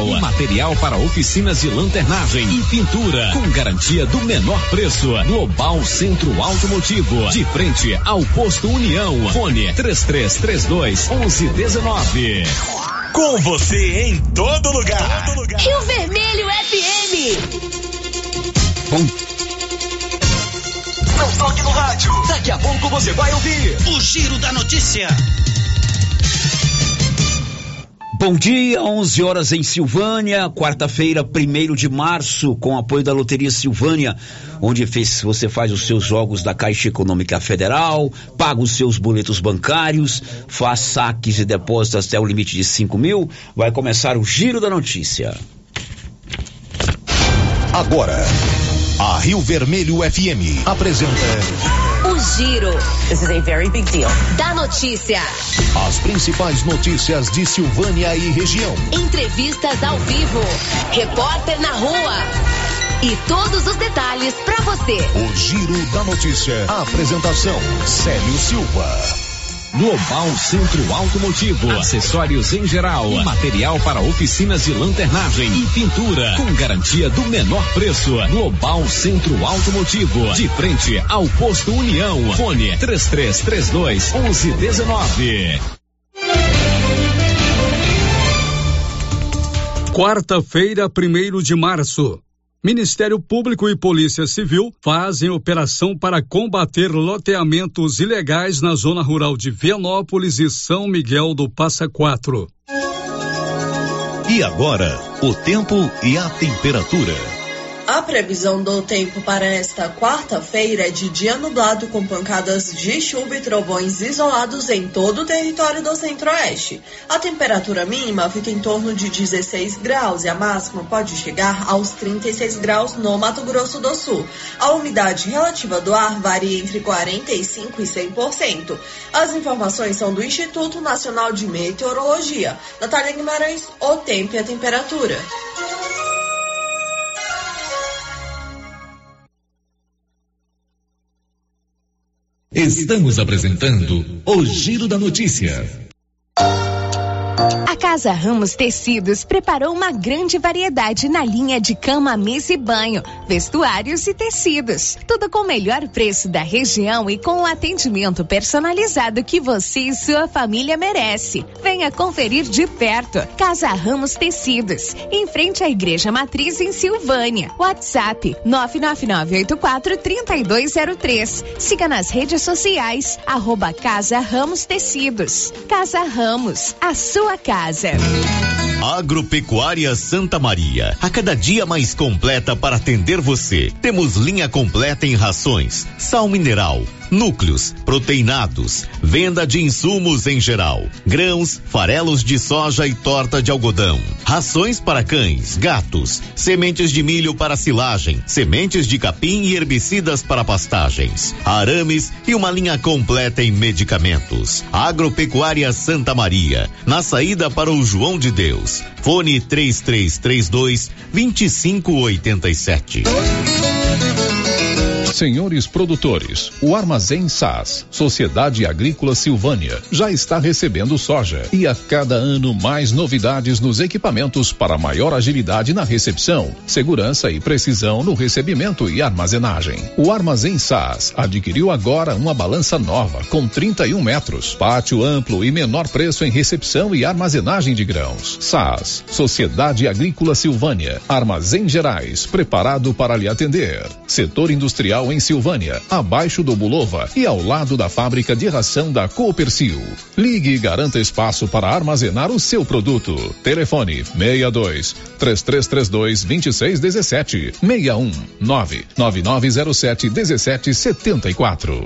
geral, material para oficinas de lanternagem e pintura, com garantia do menor preço. Global Centro Automotivo, de frente ao Posto União. Fone 3332-1119. Com você em todo lugar. Rio Vermelho FM. Não toque no rádio. Daqui a pouco você vai ouvir o Giro da Notícia. Bom dia, 11 horas em Silvânia, quarta-feira, 1º de março, com apoio da Loteria Silvânia, onde você faz os seus jogos da Caixa Econômica Federal, paga os seus boletos bancários, faz saques e depósitos até o limite de 5.000. Vai começar o Giro da Notícia. Agora, a Rio Vermelho FM apresenta... O Giro. This is a very big deal. Da notícia. As principais notícias de Silvânia e região. Entrevistas ao vivo. Repórter na rua. E todos os detalhes pra você. O Giro da Notícia. A apresentação: Célio Silva. Global Centro Automotivo, acessórios em geral, material para oficinas de lanternagem e pintura, com garantia do menor preço. Global Centro Automotivo, de frente ao Posto União. Fone 3332-1119. Quarta-feira, 1º de março. Ministério Público e Polícia Civil fazem operação para combater loteamentos ilegais na zona rural de Vianópolis e São Miguel do Passa Quatro. E agora, o tempo e a temperatura. A previsão do tempo para esta quarta-feira é de dia nublado com pancadas de chuva e trovões isolados em todo o território do Centro-Oeste. A temperatura mínima fica em torno de 16 graus e a máxima pode chegar aos 36 graus no Mato Grosso do Sul. A umidade relativa do ar varia entre 45% e 100%. As informações são do Instituto Nacional de Meteorologia. Natália Guimarães, o tempo e a temperatura. Estamos apresentando o Giro da Notícia. A Casa Ramos Tecidos preparou uma grande variedade na linha de cama, mesa e banho, vestuários e tecidos. Tudo com o melhor preço da região e com o atendimento personalizado que você e sua família merece. Venha conferir de perto. Casa Ramos Tecidos, em frente à Igreja Matriz em Silvânia. WhatsApp 99984-3203. Siga nas redes sociais, @Casa Ramos Tecidos. Casa Ramos, a sua casa. Agropecuária Santa Maria, a cada dia mais completa para atender você. Temos linha completa em rações, sal mineral, núcleos, proteinados, venda de insumos em geral, grãos, farelos de soja e torta de algodão, rações para cães, gatos, sementes de milho para silagem, sementes de capim e herbicidas para pastagens, arames e uma linha completa em medicamentos. Agropecuária Santa Maria, na saída para o João de Deus. Fone 3332-2587. Senhores produtores, o Armazém SAS, Sociedade Agrícola Silvânia, já está recebendo soja e a cada ano mais novidades nos equipamentos para maior agilidade na recepção, segurança e precisão no recebimento e armazenagem. O Armazém SAS adquiriu agora uma balança nova com 31 metros, pátio amplo e menor preço em recepção e armazenagem de grãos. SAS, Sociedade Agrícola Silvânia, Armazém Gerais, preparado para lhe atender. Setor industrial em Silvânia, abaixo do Bulova e ao lado da fábrica de ração da Coopercil. Ligue e garanta espaço para armazenar o seu produto. Telefone 62-3332-2617, 61-99907-1774.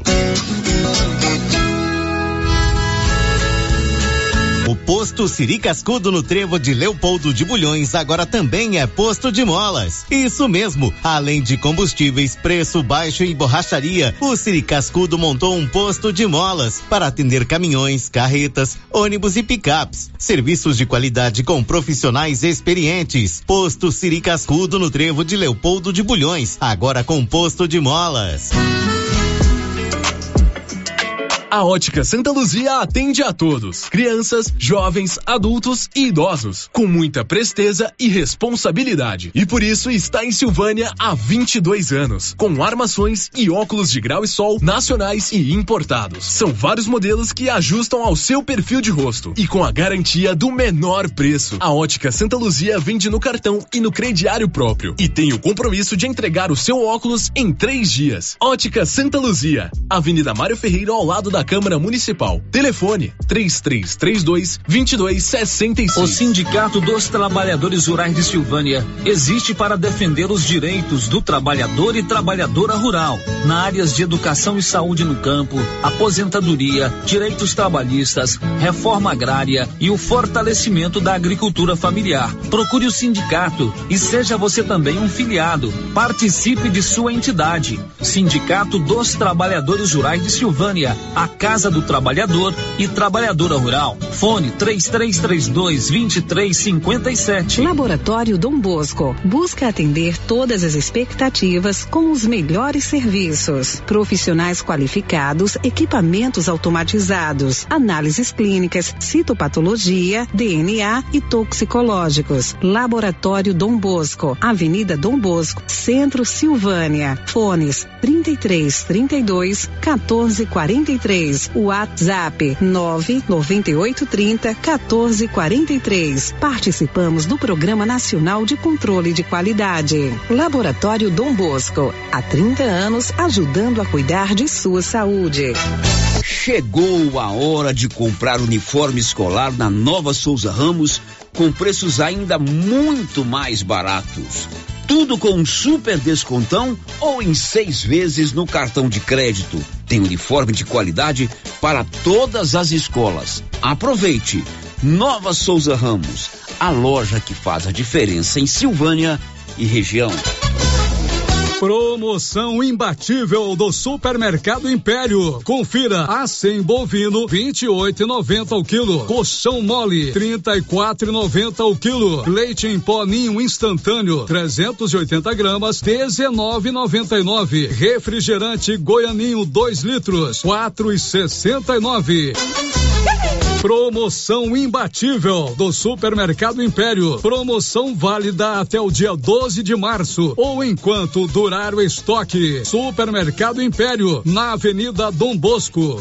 O posto Siri Cascudo no Trevo de Leopoldo de Bulhões agora também é posto de molas. Isso mesmo, além de combustíveis, preço baixo e borracharia, o Siri Cascudo montou um posto de molas para atender caminhões, carretas, ônibus e picapes. Serviços de qualidade com profissionais experientes. Posto Siri Cascudo no Trevo de Leopoldo de Bulhões, agora com posto de molas. A Ótica Santa Luzia atende a todos, crianças, jovens, adultos e idosos, com muita presteza e responsabilidade. E por isso está em Silvânia há 22 anos, com armações e óculos de grau e sol nacionais e importados. São vários modelos que ajustam ao seu perfil de rosto e com a garantia do menor preço. A Ótica Santa Luzia vende no cartão e no crediário próprio e tem o compromisso de entregar o seu óculos em 3 dias. Ótica Santa Luzia, Avenida Mário Ferreira, ao lado da Câmara Municipal. Telefone 3332-2266. O Sindicato dos Trabalhadores Rurais de Silvânia existe para defender os direitos do trabalhador e trabalhadora rural, na áreas de educação e saúde no campo, aposentadoria, direitos trabalhistas, reforma agrária e o fortalecimento da agricultura familiar. Procure o sindicato e seja você também um filiado. Participe de sua entidade. Sindicato dos Trabalhadores Rurais de Silvânia, a Casa do Trabalhador e Trabalhadora Rural. Fone 3332-2357. Laboratório Dom Bosco busca atender todas as expectativas com os melhores serviços. Profissionais qualificados, equipamentos automatizados, análises clínicas, citopatologia, DNA e toxicológicos. Laboratório Dom Bosco, Avenida Dom Bosco, Centro, Silvânia. Fones 3332-1443. WhatsApp 99830-1443. Participamos do Programa Nacional de Controle de Qualidade. Laboratório Dom Bosco, há 30 anos ajudando a cuidar de sua saúde. Chegou a hora de comprar uniforme escolar na Nova Souza Ramos com preços ainda muito mais baratos. Tudo com um super descontão ou em 6 vezes no cartão de crédito. Tem uniforme de qualidade para todas as escolas. Aproveite! Nova Souza Ramos, a loja que faz a diferença em Silvânia e região. Promoção imbatível do Supermercado Império. Confira: acém bovino 28,90 o quilo, colchão mole 34,90 o quilo, leite em pó ninho instantâneo 380 gramas 19,99, refrigerante Goianinho 2 litros 4,69. Promoção imbatível do Supermercado Império. Promoção válida até o dia 12 de março ou enquanto durar o estoque. Supermercado Império, na Avenida Dom Bosco.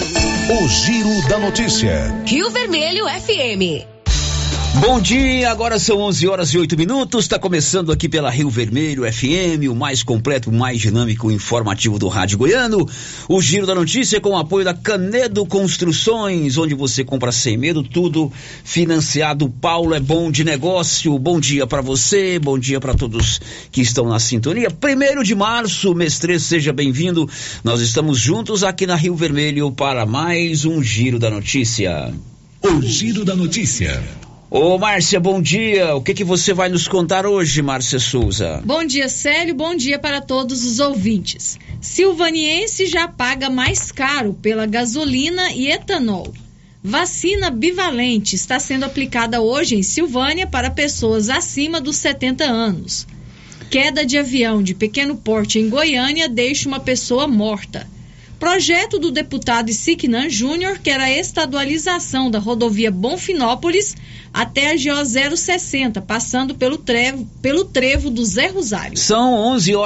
O Giro da Notícia. Rio Vermelho FM. Bom dia, agora são 11h08, está começando aqui pela Rio Vermelho FM, o mais completo, o mais dinâmico e informativo do rádio goiano, o Giro da Notícia com o apoio da Canedo Construções, onde você compra sem medo, tudo financiado. Paulo é bom de negócio. Bom dia para você, bom dia para todos que estão na sintonia. 1º de março, mês 3, seja bem-vindo, nós estamos juntos aqui na Rio Vermelho para mais um Giro da Notícia. O Giro da Notícia. Ô Márcia, bom dia. O que você vai nos contar hoje, Márcia Souza? Bom dia, Célio. Bom dia para todos os ouvintes. Silvaniense já paga mais caro pela gasolina e etanol. Vacina bivalente está sendo aplicada hoje em Silvânia para pessoas acima dos 70 anos. Queda de avião de pequeno porte em Goiânia deixa uma pessoa morta. Projeto do deputado Siquenan Júnior quer a estadualização da rodovia Bonfinópolis até a GO 060, passando pelo trevo do Zé Rosário. São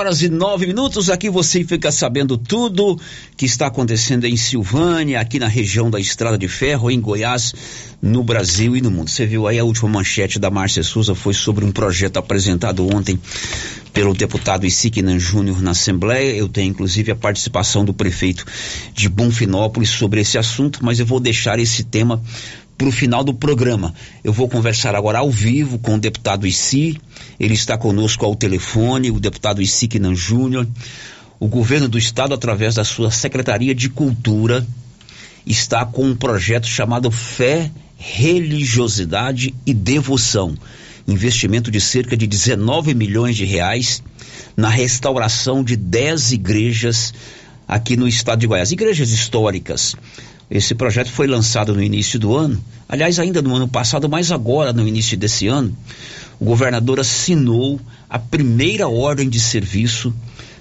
11h09, aqui você fica sabendo tudo que está acontecendo em Silvânia, aqui na região da Estrada de Ferro, em Goiás, no Brasil e no mundo. Você viu aí a última manchete da Márcia Souza, foi sobre um projeto apresentado ontem pelo deputado Siquenan Júnior na Assembleia. Eu tenho inclusive a participação do prefeito de Bonfinópolis sobre esse assunto, mas eu vou deixar esse tema para o final do programa. Eu vou conversar agora ao vivo com o deputado Issi, ele está conosco ao telefone, o deputado Siquenan Júnior. O governo do estado, através da sua Secretaria de Cultura, está com um projeto chamado Fé, Religiosidade e Devoção. Investimento de cerca de 19 milhões de reais na restauração de 10 igrejas aqui no estado de Goiás, igrejas históricas. Esse projeto foi lançado no início do ano, aliás ainda no ano passado, mas agora no início desse ano, o governador assinou a primeira ordem de serviço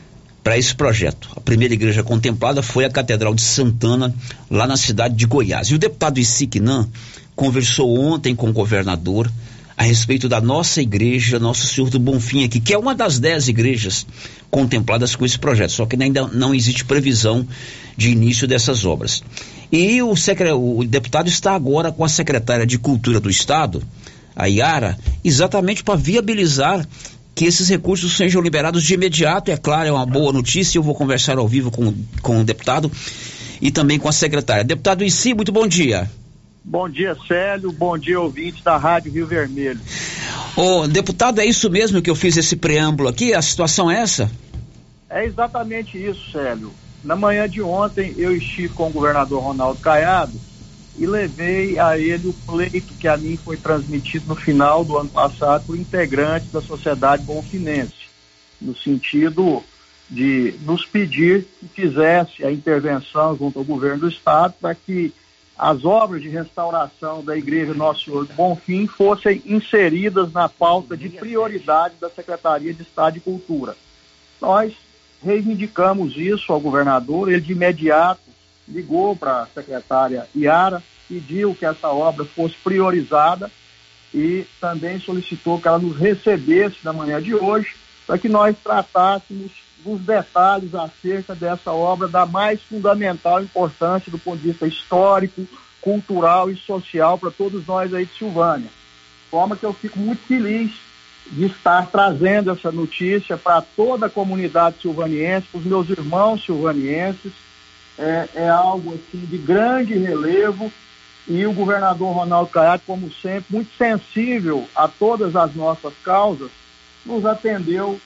para esse projeto. A primeira igreja contemplada foi a Catedral de Santana, lá na cidade de Goiás. E o deputado Isiquinan conversou ontem com o governador a respeito da nossa igreja, Nosso Senhor do Bonfim aqui, que é uma das 10 igrejas contempladas com esse projeto, só que ainda não existe previsão de início dessas obras. E o deputado está agora com a secretária de Cultura do Estado, a Yara, exatamente para viabilizar que esses recursos sejam liberados de imediato. É claro, é uma boa notícia, eu vou conversar ao vivo com o deputado e também com a secretária. Deputado Issi, muito bom dia. Bom dia, Célio. Bom dia, ouvintes da Rádio Rio Vermelho. Ô, deputado, é isso mesmo que eu fiz esse preâmbulo aqui? A situação é essa? É exatamente isso, Célio. Na manhã de ontem, eu estive com o governador Ronaldo Caiado e levei a ele o pleito que a mim foi transmitido no final do ano passado por integrantes da sociedade bonfinense, no sentido de nos pedir que fizesse a intervenção junto ao governo do Estado para que as obras de restauração da Igreja Nosso Senhor do Bonfim fossem inseridas na pauta de prioridade da Secretaria de Estado de Cultura. Nós reivindicamos isso ao governador, ele de imediato ligou para a secretária Yara, pediu que essa obra fosse priorizada e também solicitou que ela nos recebesse na manhã de hoje para que nós tratássemos dos detalhes acerca dessa obra da mais fundamental importância do ponto de vista histórico, cultural e social para todos nós aí de Silvânia. De forma que eu fico muito feliz de estar trazendo essa notícia para toda a comunidade silvaniense, para os meus irmãos silvanienses. É algo assim de grande relevo e o governador Ronaldo Caiado, como sempre, muito sensível a todas as nossas causas, nos atendeu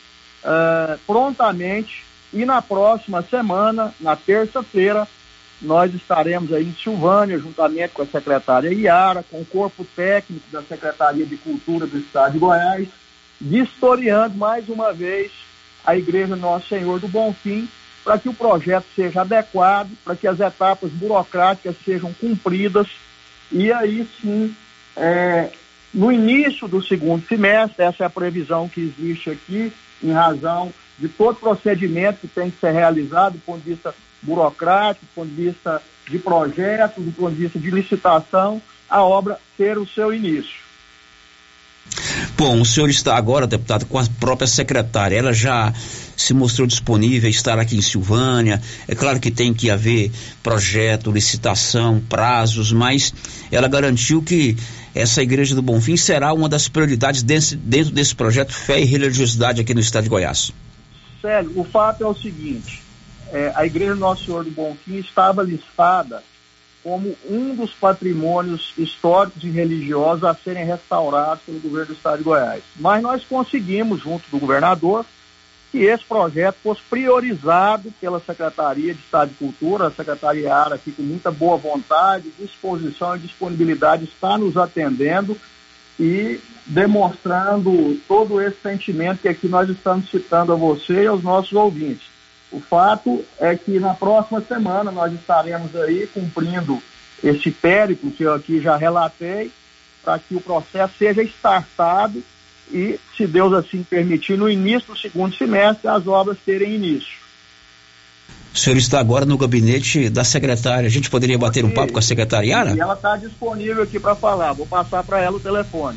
prontamente e na próxima semana, na terça-feira, nós estaremos aí em Silvânia, juntamente com a secretária Yara, com o corpo técnico da Secretaria de Cultura do Estado de Goiás, vistoriando mais uma vez a Igreja Nosso Senhor do Bonfim, para que o projeto seja adequado, para que as etapas burocráticas sejam cumpridas e aí sim, no início do segundo semestre, essa é a previsão que existe aqui, em razão de todo procedimento que tem que ser realizado do ponto de vista burocrático, do ponto de vista de projeto, do ponto de vista de licitação, a obra ter o seu início. Bom, o senhor está agora, deputado, com a própria secretária. Ela já se mostrou disponível a estar aqui em Silvânia. É claro que tem que haver projeto, licitação, prazos, mas ela garantiu que essa Igreja do Bonfim será uma das prioridades dentro desse projeto Fé e Religiosidade aqui no estado de Goiás. Célio, o fato é o seguinte, a Igreja Nosso Senhor do Bonfim estava listada como um dos patrimônios históricos e religiosos a serem restaurados pelo governo do estado de Goiás. Mas nós conseguimos, junto do governador, que esse projeto fosse priorizado pela Secretaria de Estado de Cultura. A secretária Yara, aqui com muita boa vontade, disposição e disponibilidade, está nos atendendo e demonstrando todo esse sentimento que aqui nós estamos citando a você e aos nossos ouvintes. O fato é que na próxima semana nós estaremos aí cumprindo esse périplo que eu aqui já relatei, para que o processo seja startado e, se Deus assim permitir, no início do segundo semestre, as obras terem início. O senhor está agora no gabinete da secretária. A gente poderia bater um papo com a secretária Yara? E ela está disponível aqui para falar. Vou passar para ela o telefone.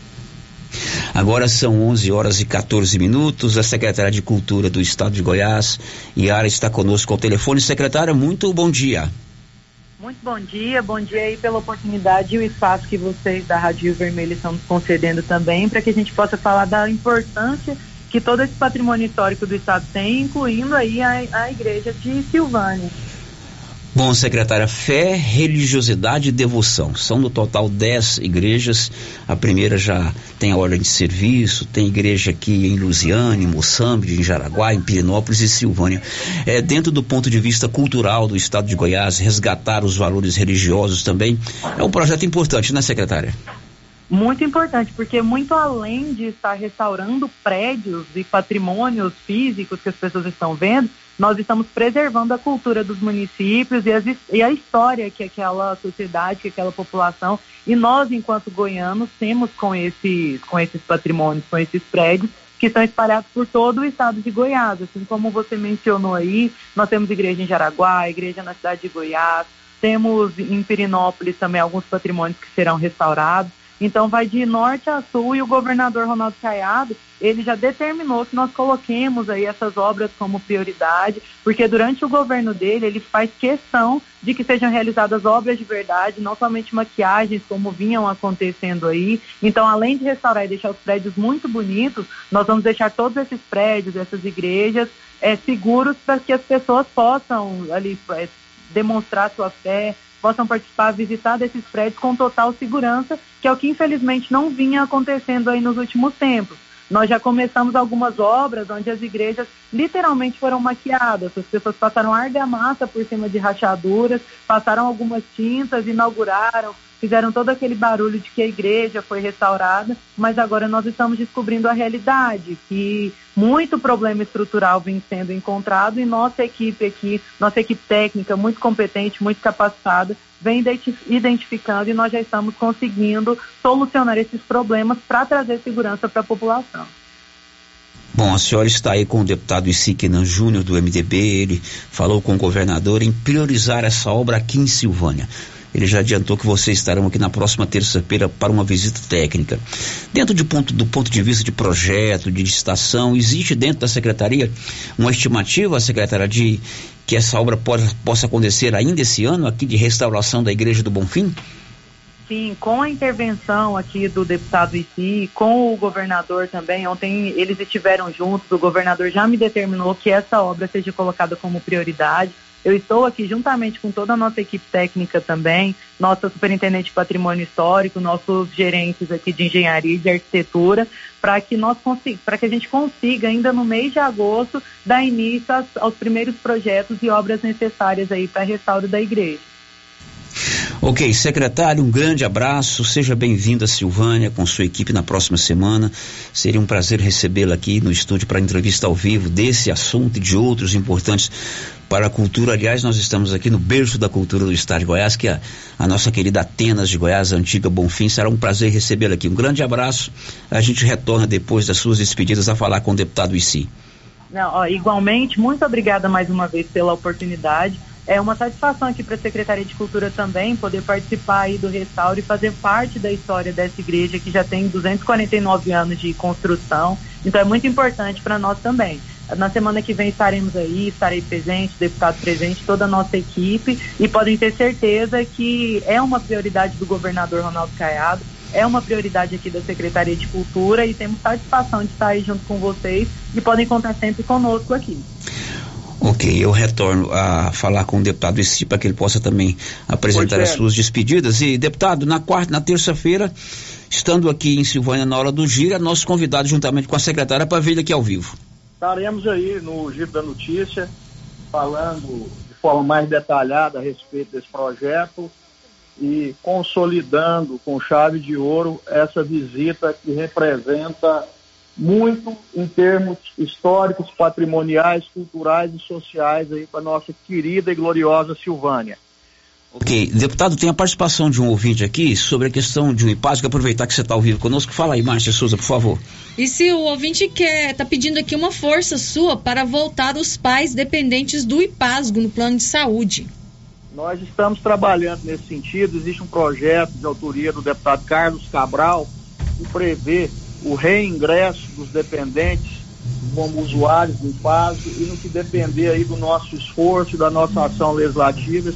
Agora são 11h14. A secretária de Cultura do Estado de Goiás, Yara, está conosco ao telefone. Secretária, muito bom dia. Muito bom dia aí pela oportunidade e o espaço que vocês da Rádio Rio Vermelho estão nos concedendo também, para que a gente possa falar da importância que todo esse patrimônio histórico do Estado tem, incluindo aí a Igreja de Silvânia. Bom, secretária, fé, religiosidade e devoção. São no total 10 igrejas. A primeira já tem a ordem de serviço, tem igreja aqui em Lusiânia, em Moçambique, em Jaraguá, em Pirenópolis e Silvânia. Dentro do ponto de vista cultural do estado de Goiás, resgatar os valores religiosos também. É um projeto importante, né, secretária? Muito importante, porque muito além de estar restaurando prédios e patrimônios físicos que as pessoas estão vendo, nós estamos preservando a cultura dos municípios e a história que aquela sociedade, que aquela população, e nós, enquanto goianos, temos com esses patrimônios, com esses prédios, que são espalhados por todo o estado de Goiás. Assim como você mencionou aí, nós temos igreja em Jaraguá, igreja na cidade de Goiás, temos em Pirinópolis também alguns patrimônios que serão restaurados. Então vai de norte a sul, e o governador Ronaldo Caiado, ele já determinou que nós coloquemos aí essas obras como prioridade, porque durante o governo dele, ele faz questão de que sejam realizadas obras de verdade, não somente maquiagens como vinham acontecendo aí. Então, além de restaurar e deixar os prédios muito bonitos, nós vamos deixar todos esses prédios, essas igrejas, seguros para que as pessoas possam ali demonstrar sua fé, possam participar, visitar desses prédios com total segurança, que é o que infelizmente não vinha acontecendo aí nos últimos tempos. Nós já começamos algumas obras onde as igrejas literalmente foram maquiadas, as pessoas passaram argamassa por cima de rachaduras, passaram algumas tintas, inauguraram, fizeram todo aquele barulho de que a igreja foi restaurada, mas agora nós estamos descobrindo a realidade, que muito problema estrutural vem sendo encontrado, e nossa equipe aqui, nossa equipe técnica muito competente, muito capacitada, vem identificando, e nós já estamos conseguindo solucionar esses problemas para trazer segurança para a população. Bom, a senhora está aí com o deputado Isiquinan Júnior do MDB, ele falou com o governador em priorizar essa obra aqui em Silvânia. Ele já adiantou que vocês estarão aqui na próxima terça-feira para uma visita técnica. Dentro do ponto de vista de projeto, de licitação, existe dentro da secretaria uma estimativa, secretária, de que essa obra possa acontecer ainda esse ano, aqui de restauração da Igreja do Bonfim? Sim, com a intervenção aqui do deputado Issi, com o governador também, ontem eles estiveram juntos, o governador já me determinou que essa obra seja colocada como prioridade. Eu estou aqui juntamente com toda a nossa equipe técnica também, nossa superintendente de patrimônio histórico, nossos gerentes aqui de engenharia e de arquitetura, para que a gente consiga ainda no mês de agosto dar início aos primeiros projetos e obras necessárias aí para restauro da igreja. Ok, secretário, um grande abraço, seja bem-vindo a Silvânia com sua equipe na próxima semana. Seria um prazer recebê-la aqui no estúdio para entrevista ao vivo desse assunto e de outros importantes para a cultura. Aliás, nós estamos aqui no berço da cultura do estado de Goiás, que é a nossa querida Atenas de Goiás, a antiga Bonfim. Será um prazer recebê-la aqui. Um grande abraço. A gente retorna depois das suas despedidas a falar com o deputado Issi. Igualmente, muito obrigada mais uma vez pela oportunidade. É uma satisfação aqui para a Secretaria de Cultura também poder participar aí do restauro e fazer parte da história dessa igreja que já tem 249 anos de construção. Então é muito importante para nós também. Na semana que vem estaremos aí, estarei presente, deputado presente, toda a nossa equipe, e podem ter certeza que é uma prioridade do governador Ronaldo Caiado, é uma prioridade aqui da Secretaria de Cultura, e temos satisfação de estar aí junto com vocês, e podem contar sempre conosco aqui. Ok, eu retorno a falar com o deputado Issi para que ele possa também apresentar as suas despedidas. E, deputado, na terça-feira, estando aqui em Silvânia na hora do giro, é nosso convidado juntamente com a secretária para vir aqui ao vivo. Estaremos aí no Giro da Notícia, falando de forma mais detalhada a respeito desse projeto e consolidando com chave de ouro essa visita que representa muito em termos históricos, patrimoniais, culturais e sociais aí para nossa querida e gloriosa Silvânia. Ok, deputado, tem a participação de um ouvinte aqui sobre a questão de um IPASGO. Aproveitar que você está ao vivo conosco, fala aí, Márcia Souza, por favor. E se o ouvinte está pedindo aqui uma força sua para voltar os pais dependentes do IPASGO no plano de saúde. Nós estamos trabalhando nesse sentido. Existe um projeto de autoria do deputado Carlos Cabral que prevê o reingresso dos dependentes como usuários do IPASGO, e no que depender aí do nosso esforço, da nossa ação legislativa,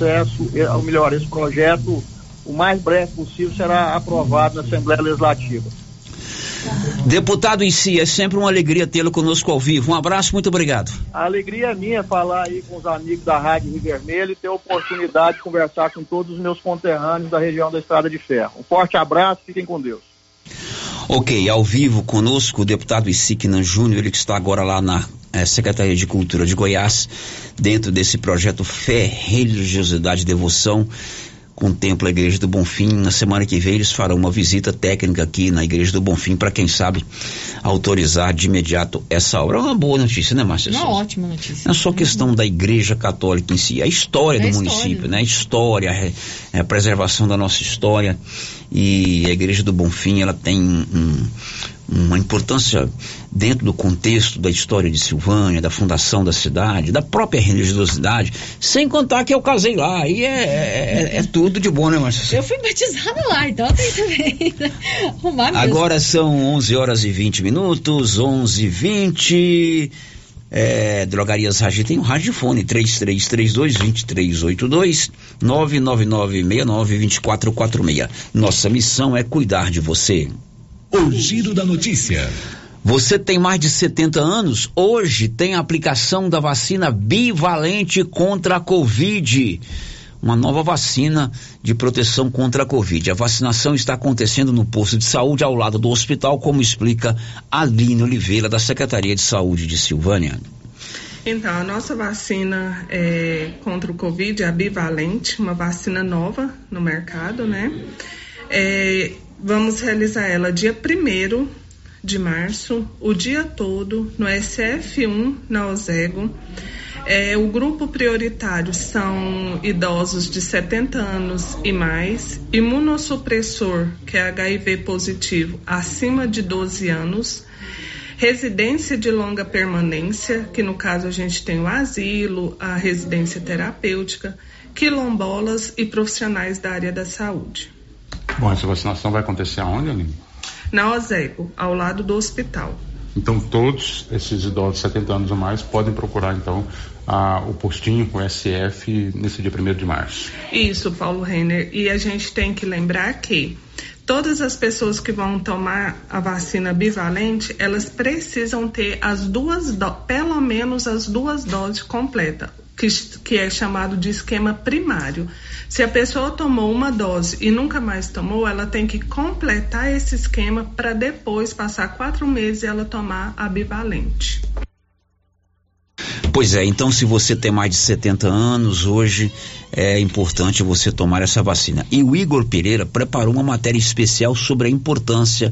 esse projeto, o mais breve possível, será aprovado na Assembleia Legislativa. Deputado Issi, é sempre uma alegria tê-lo conosco ao vivo. Um abraço, muito obrigado. A alegria é minha falar aí com os amigos da Rádio Rio Vermelho e ter a oportunidade de conversar com todos os meus conterrâneos da região da Estrada de Ferro. Um forte abraço, fiquem com Deus. Ok, ao vivo conosco o deputado Isiquinan Júnior, ele que está agora lá na Secretaria de Cultura de Goiás, dentro desse projeto Fé, Religiosidade e Devoção, contempla a Igreja do Bonfim. Na semana que vem eles farão uma visita técnica aqui na Igreja do Bonfim para, quem sabe, autorizar de imediato essa obra. É uma boa notícia, né, Márcia? Uma ótima notícia. Não é só questão da Igreja Católica em si, a história do município, né? A história, a preservação da nossa história. E a Igreja do Bonfim, ela tem uma importância dentro do contexto da história de Silvânia, da fundação da cidade, da própria religiosidade, sem contar que eu casei lá, e é tudo de bom, né, Márcia? Eu fui batizada lá, então tem também arrumar mesmo. Agora são 11 horas e 20 minutos, 11h20. Drogarias Ragi tem um radiofone 3332-2382 99969-2446. Nossa missão é cuidar de você. O Giro da Notícia. Você tem mais de 70 anos? Hoje tem a aplicação da vacina bivalente contra a Covid. Uma nova vacina de proteção contra a Covid. A vacinação está acontecendo no posto de saúde ao lado do hospital, como explica Aline Oliveira, da Secretaria de Saúde de Silvânia. Então, a nossa vacina contra o Covid é a bivalente, uma vacina nova no mercado, né? Vamos realizar ela dia 1º de março, o dia todo, no SF1, na Ozego. O grupo prioritário são idosos de 70 anos e mais, imunossupressor, que é HIV positivo, acima de 12 anos, residência de longa permanência, que no caso a gente tem o asilo, a residência terapêutica, quilombolas e profissionais da área da saúde. Bom, essa vacinação vai acontecer aonde, Aline? Na Ozego, ao lado do hospital. Então todos esses idosos de 70 anos ou mais podem procurar então o postinho, o SF, nesse dia 1º de março. Isso, Paulo Renner. E a gente tem que lembrar que todas as pessoas que vão tomar a vacina bivalente, elas precisam ter pelo menos as 2 doses completas, que é chamado de esquema primário. Se a pessoa tomou uma dose e nunca mais tomou, ela tem que completar esse esquema para depois passar 4 meses e ela tomar a bivalente. Pois é, então se você tem mais de 70 anos, hoje é importante você tomar essa vacina. E o Igor Pereira preparou uma matéria especial sobre a importância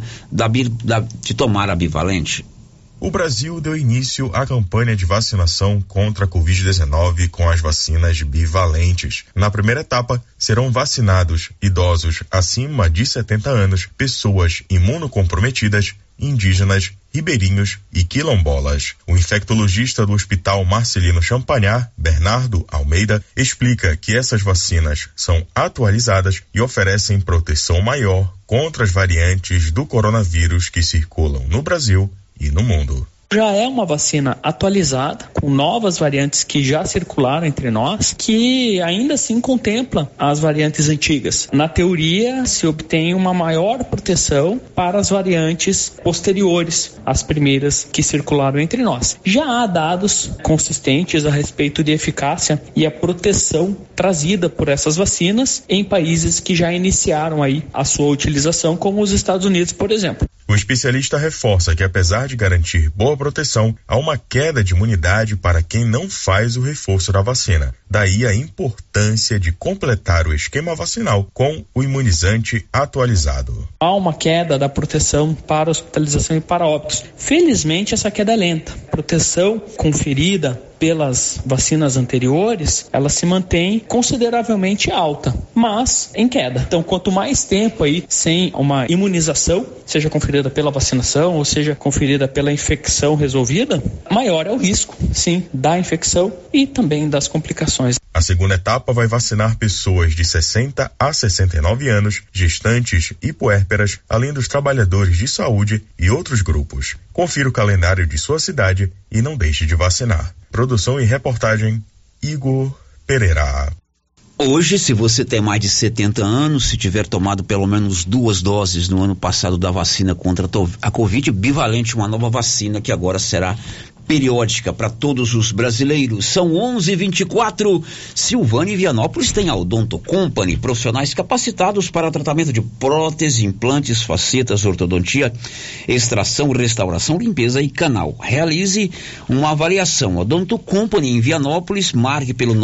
de tomar a bivalente. O Brasil deu início à campanha de vacinação contra a Covid-19 com as vacinas bivalentes. Na primeira etapa, serão vacinados idosos acima de 70 anos, pessoas imunocomprometidas, indígenas, ribeirinhos e quilombolas. O infectologista do Hospital Marcelino Champagnat, Bernardo Almeida, explica que essas vacinas são atualizadas e oferecem proteção maior contra as variantes do coronavírus que circulam no Brasil e no mundo. Já é uma vacina atualizada, com novas variantes que já circularam entre nós, que ainda assim contempla as variantes antigas. Na teoria, se obtém uma maior proteção para as variantes posteriores às primeiras que circularam entre nós. Já há dados consistentes a respeito de eficácia e a proteção trazida por essas vacinas em países que já iniciaram aí a sua utilização, como os Estados Unidos, por exemplo. O especialista reforça que, apesar de garantir boa proteção, há uma queda de imunidade para quem não faz o reforço da vacina. Daí a importância de completar o esquema vacinal com o imunizante atualizado. Há uma queda da proteção para hospitalização e para óbitos. Felizmente, essa queda é lenta. Proteção conferida pelas vacinas anteriores, ela se mantém consideravelmente alta, mas em queda. Então, quanto mais tempo aí sem uma imunização, seja conferida pela vacinação ou seja conferida pela infecção resolvida, maior é o risco, sim, da infecção e também das complicações. A segunda etapa vai vacinar pessoas de 60 a 69 anos, gestantes e puérperas, além dos trabalhadores de saúde e outros grupos. Confira o calendário de sua cidade e não deixe de vacinar. Produção e reportagem, Igor Pereira. Hoje, se você tem mais de 70 anos, se tiver tomado pelo menos 2 doses no ano passado da vacina contra a Covid, bivalente, uma nova vacina que agora será periódica para todos os brasileiros. São 11h24. Silvânia e Vianópolis tem a Odonto Company, profissionais capacitados para tratamento de prótese, implantes, facetas, ortodontia, extração, restauração, limpeza e canal. Realize uma avaliação. Odonto Company em Vianópolis, marque pelo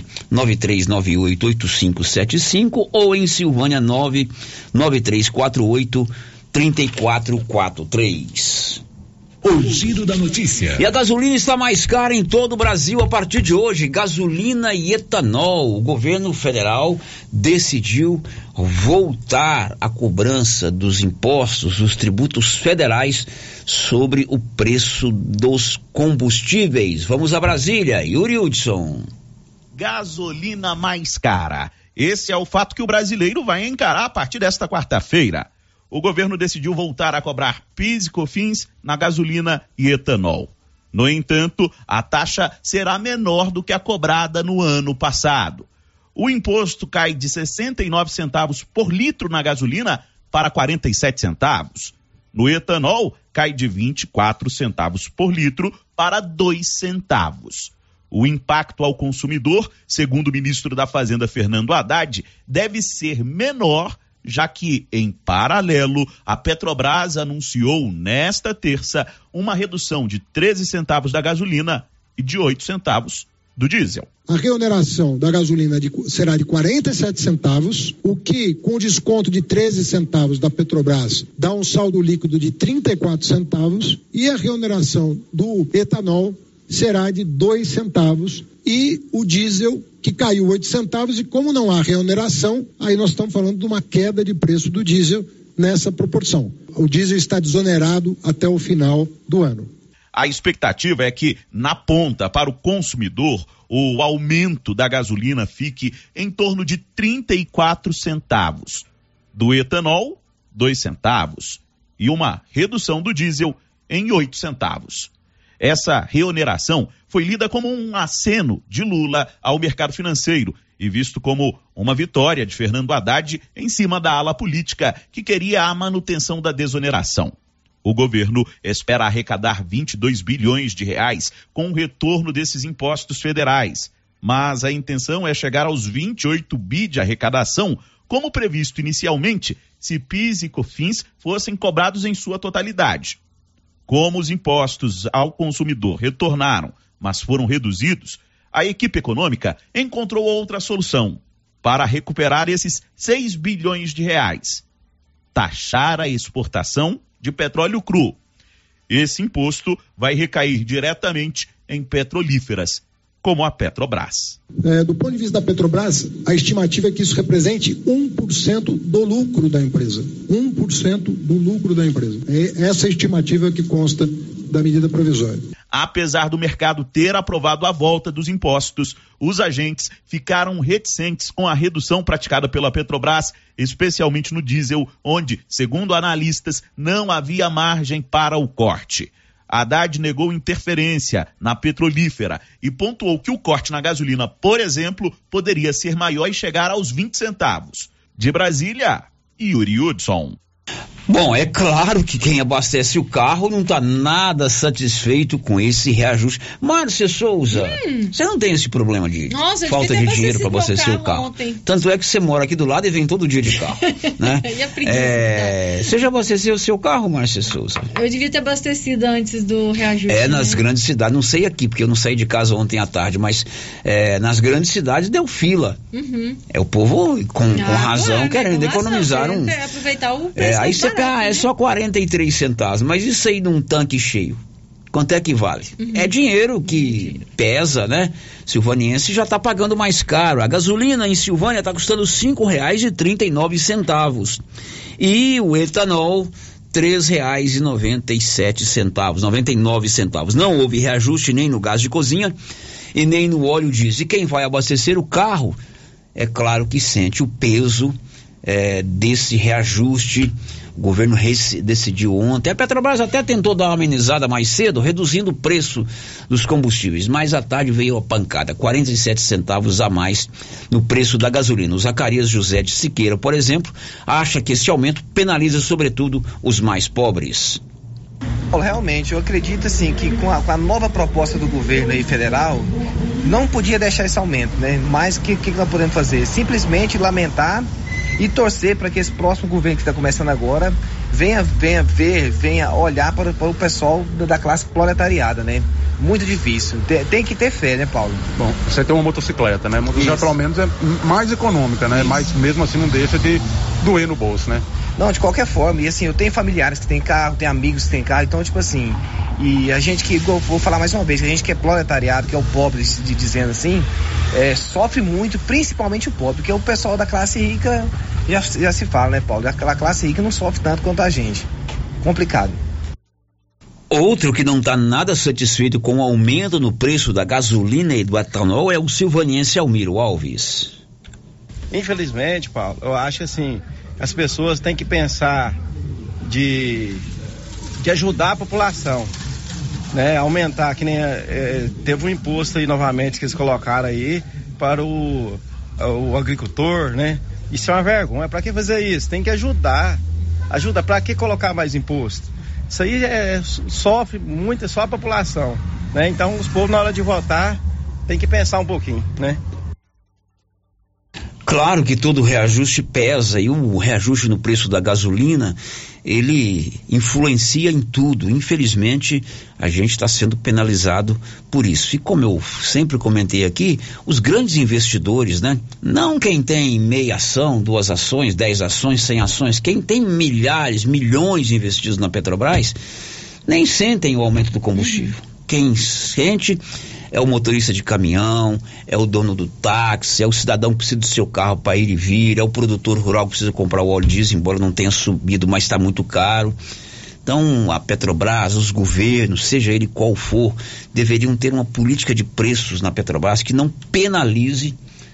993988575 ou em Silvânia 993483443. O Giro da Notícia. E a gasolina está mais cara em todo o Brasil a partir de hoje. Gasolina e etanol. O governo federal decidiu voltar a cobrança dos impostos, dos tributos federais sobre o preço dos combustíveis. Vamos a Brasília. Yuri Hudson. Gasolina mais cara. Esse é o fato que o brasileiro vai encarar a partir desta quarta-feira. O governo decidiu voltar a cobrar PIS e COFINS na gasolina e etanol. No entanto, a taxa será menor do que a cobrada no ano passado. O imposto cai de 69 centavos por litro na gasolina para 47 centavos. No etanol, cai de 24 centavos por litro para 2 centavos. O impacto ao consumidor, segundo o ministro da Fazenda, Fernando Haddad, deve ser menor, já que, em paralelo, a Petrobras anunciou nesta terça uma redução de 13 centavos da gasolina e de 8 centavos do diesel. A reoneração da gasolina será de 47 centavos, o que, com desconto de 13 centavos da Petrobras, dá um saldo líquido de 34 centavos, e a reoneração do etanol será de 2 centavos, e o diesel, que caiu 8 centavos, e como não há reoneração, aí nós estamos falando de uma queda de preço do diesel nessa proporção. O diesel está desonerado até o final do ano. A expectativa é que, na ponta, para o consumidor, o aumento da gasolina fique em torno de 34 centavos. Do etanol, 2 centavos. E uma redução do diesel em 8 centavos. Essa reoneração foi lida como um aceno de Lula ao mercado financeiro e visto como uma vitória de Fernando Haddad em cima da ala política que queria a manutenção da desoneração. O governo espera arrecadar 22 bilhões de reais com o retorno desses impostos federais, mas a intenção é chegar aos 28 bi de arrecadação, como previsto inicialmente, se PIS e COFINS fossem cobrados em sua totalidade. Como os impostos ao consumidor retornaram, mas foram reduzidos, a equipe econômica encontrou outra solução para recuperar esses 6 bilhões de reais. Taxar a exportação de petróleo cru. Esse imposto vai recair diretamente em petrolíferas, como a Petrobras. Do ponto de vista da Petrobras, a estimativa é que isso represente 1% do lucro da empresa. 1% do lucro da empresa. É essa estimativa que consta da medida provisória. Apesar do mercado ter aprovado a volta dos impostos, os agentes ficaram reticentes com a redução praticada pela Petrobras, especialmente no diesel, onde, segundo analistas, não havia margem para o corte. Haddad negou interferência na petrolífera e pontuou que o corte na gasolina, por exemplo, poderia ser maior e chegar aos 20 centavos. De Brasília, Yuri Hudson. Bom, é claro que quem abastece o carro não está nada satisfeito com esse reajuste. Márcia Souza, você não tem esse problema de falta de dinheiro para abastecer o carro. Ontem. Tanto é que você mora aqui do lado e vem todo dia de carro, né? Você já abasteceu o seu carro, Márcia Souza? Eu devia ter abastecido antes do reajuste. Nas grandes cidades, não sei aqui, porque eu não saí de casa ontem à tarde, mas nas grandes cidades deu fila. O povo, com razão, querendo economizar aproveitar o preço. Aí você é só 43 centavos, mas isso aí num tanque cheio, quanto é que vale? É dinheiro que pesa, né? Silvaniense já está pagando mais caro. A gasolina em Silvânia está custando R$ 5,39 e o etanol R$ 3,97, 99 centavos. Não houve reajuste nem no gás de cozinha e nem no óleo diesel. E quem vai abastecer o carro, é claro que sente o peso desse reajuste. O governo decidiu ontem. A Petrobras até tentou dar uma amenizada mais cedo, reduzindo o preço dos combustíveis, mas à tarde veio a pancada, 47 centavos a mais no preço da gasolina. O Zacarias José de Siqueira, por exemplo, acha que esse aumento penaliza sobretudo os mais pobres. Realmente, eu acredito assim que com a nova proposta do governo aí federal, não podia deixar esse aumento, né? Mas o que nós podemos fazer? Simplesmente lamentar e torcer para que esse próximo governo que está começando agora venha olhar para o pessoal da classe proletariada, né? Muito difícil. Tem que ter fé, né, Paulo? Bom, você tem uma motocicleta, né? A motocicleta pelo menos é mais econômica, né? Isso. Mas mesmo assim não deixa de doer no bolso, né? Não, de qualquer forma. E assim, eu tenho familiares que têm carro, tenho amigos que têm carro, então, tipo assim, e a gente que, vou falar mais uma vez, a gente que é proletariado, que é o pobre, dizendo assim, sofre muito, principalmente o pobre, porque o pessoal da classe rica, já se fala, né, Paulo? Aquela classe rica não sofre tanto quanto a gente. Complicado. Outro que não está nada satisfeito com o aumento no preço da gasolina e do etanol é o silvaniense Almiro Alves. Infelizmente, Paulo, eu acho assim, as pessoas têm que pensar de ajudar a população, né? Aumentar, que nem teve um imposto aí novamente que eles colocaram aí para o agricultor, né? Isso é uma vergonha, para que fazer isso? Tem que ajudar, para que colocar mais imposto? Isso aí sofre muito, só a população, né? Então os povos na hora de votar tem que pensar um pouquinho, né? Claro que todo reajuste pesa, e o reajuste no preço da gasolina, ele influencia em tudo. Infelizmente, a gente está sendo penalizado por isso. E como eu sempre comentei aqui, os grandes investidores, né? Não quem tem meia ação, 2 ações, 10 ações, 100 ações, quem tem milhares, milhões investidos na Petrobras, nem sentem o aumento do combustível. Quem sente é o motorista de caminhão, é o dono do táxi, é o cidadão que precisa do seu carro para ir e vir, é o produtor rural que precisa comprar o óleo diesel, embora não tenha subido, mas está muito caro. Então, a Petrobras, os governos, seja ele qual for, deveriam ter uma política de preços na Petrobras que não penalize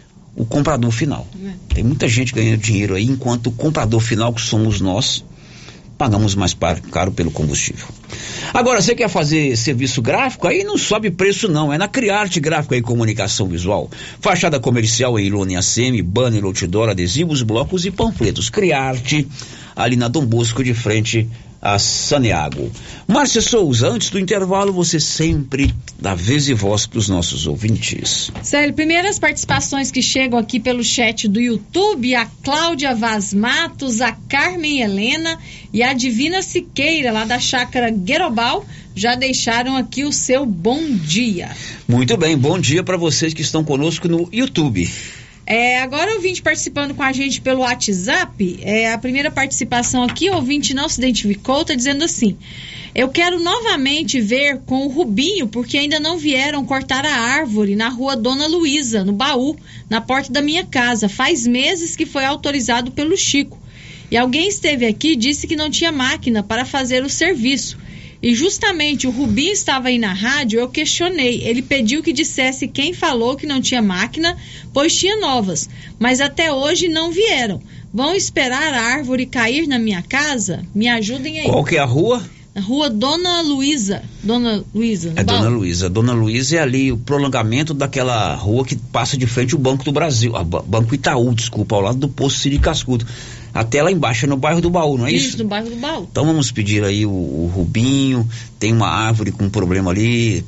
o comprador final. Tem muita gente ganhando dinheiro aí, enquanto o comprador final, que somos nós, pagamos mais caro pelo combustível. Agora, você quer fazer serviço gráfico? Aí não sobe preço não, é na Criarte Gráfica e Comunicação Visual. Fachada comercial em lona e ACM, banner, outdoor, adesivos, blocos e panfletos. Criarte, ali na Dom Bosco, de frente a Saneago. Márcia Souza, antes do intervalo, você sempre dá vez e voz para os nossos ouvintes. Célio, primeiras participações que chegam aqui pelo chat do YouTube, a Cláudia Vaz Matos, a Carmen Helena e a Divina Siqueira, lá da Chácara Guerobal, já deixaram aqui o seu bom dia. Muito bem, bom dia para vocês que estão conosco no YouTube. Agora o ouvinte participando com a gente pelo WhatsApp, a primeira participação aqui, o ouvinte não se identificou, está dizendo assim: eu quero novamente ver com o Rubinho, porque ainda não vieram cortar a árvore na rua Dona Luísa, no Baú, na porta da minha casa. Faz meses que foi autorizado pelo Chico. E alguém esteve aqui e disse que não tinha máquina para fazer o serviço. E justamente o Rubinho estava aí na rádio, eu questionei. Ele pediu que dissesse quem falou que não tinha máquina, pois tinha novas. Mas até hoje não vieram. Vão esperar a árvore cair na minha casa? Me ajudem aí. Qual que é a rua? A rua Dona Luísa. Dona Luísa. É Dona Luísa. Dona Luísa é ali o prolongamento daquela rua que passa de frente ao Banco do Brasil. Banco Itaú, desculpa, ao lado do posto Siri Cascudo. Até lá embaixo, é no bairro do Baú, não é isso? Isso, no bairro do Baú. Então vamos pedir aí o Rubinho, tem uma árvore com problema ali,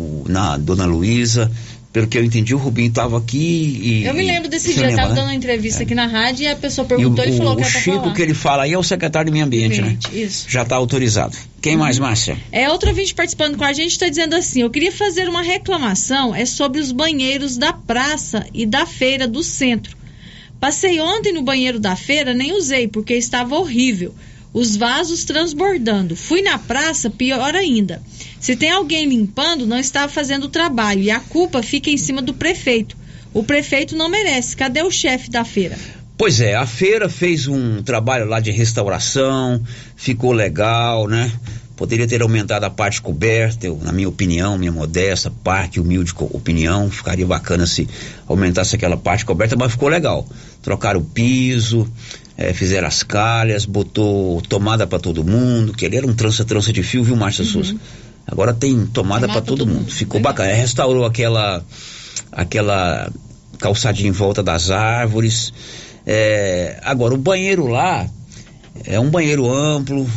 na Dona Luísa. Pelo que eu entendi, o Rubinho estava aqui e... Eu me lembro desse dia, eu estava dando uma entrevista aqui na rádio e a pessoa perguntou e falou que era para falar. O Chico que ele fala aí é o secretário de Meio Ambiente, né? Isso. Já está autorizado. Quem mais, Márcia? Outro ouvinte participando com a gente está dizendo assim: eu queria fazer uma reclamação, sobre os banheiros da praça e da feira do centro. Passei ontem no banheiro da feira, nem usei, porque estava horrível. Os vasos transbordando. Fui na praça, pior ainda. Se tem alguém limpando, não estava fazendo o trabalho. E a culpa fica em cima do prefeito. O prefeito não merece. Cadê o chefe da feira? Pois é, a feira fez um trabalho lá de restauração, ficou legal, né? Poderia ter aumentado a parte coberta, na minha opinião, minha modesta, parte humilde opinião, ficaria bacana se aumentasse aquela parte coberta, mas ficou legal. Trocaram o piso, fizeram as calhas, botou tomada para todo mundo, que ali era um trança de fio, viu, Márcia Souza? Agora tem tomada para todo mundo. Ficou bacana. Restaurou aquela calçadinha em volta das árvores. Agora, o banheiro lá é um banheiro amplo,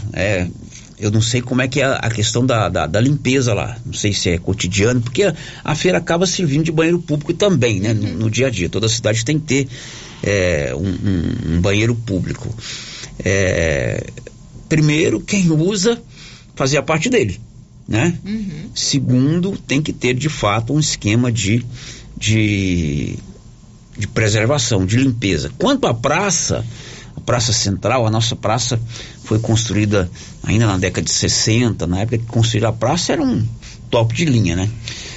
eu não sei como é que é a questão da limpeza lá, não sei se é cotidiano, porque a feira acaba servindo de banheiro público também, né? No dia a dia, toda a cidade tem que ter um banheiro público. Primeiro, quem usa, fazer a parte dele, né? Segundo, tem que ter de fato um esquema de preservação, de limpeza. Quanto à praça, a Praça Central, a nossa praça foi construída ainda na década de 60, na época que construíram a praça era um top de linha, né?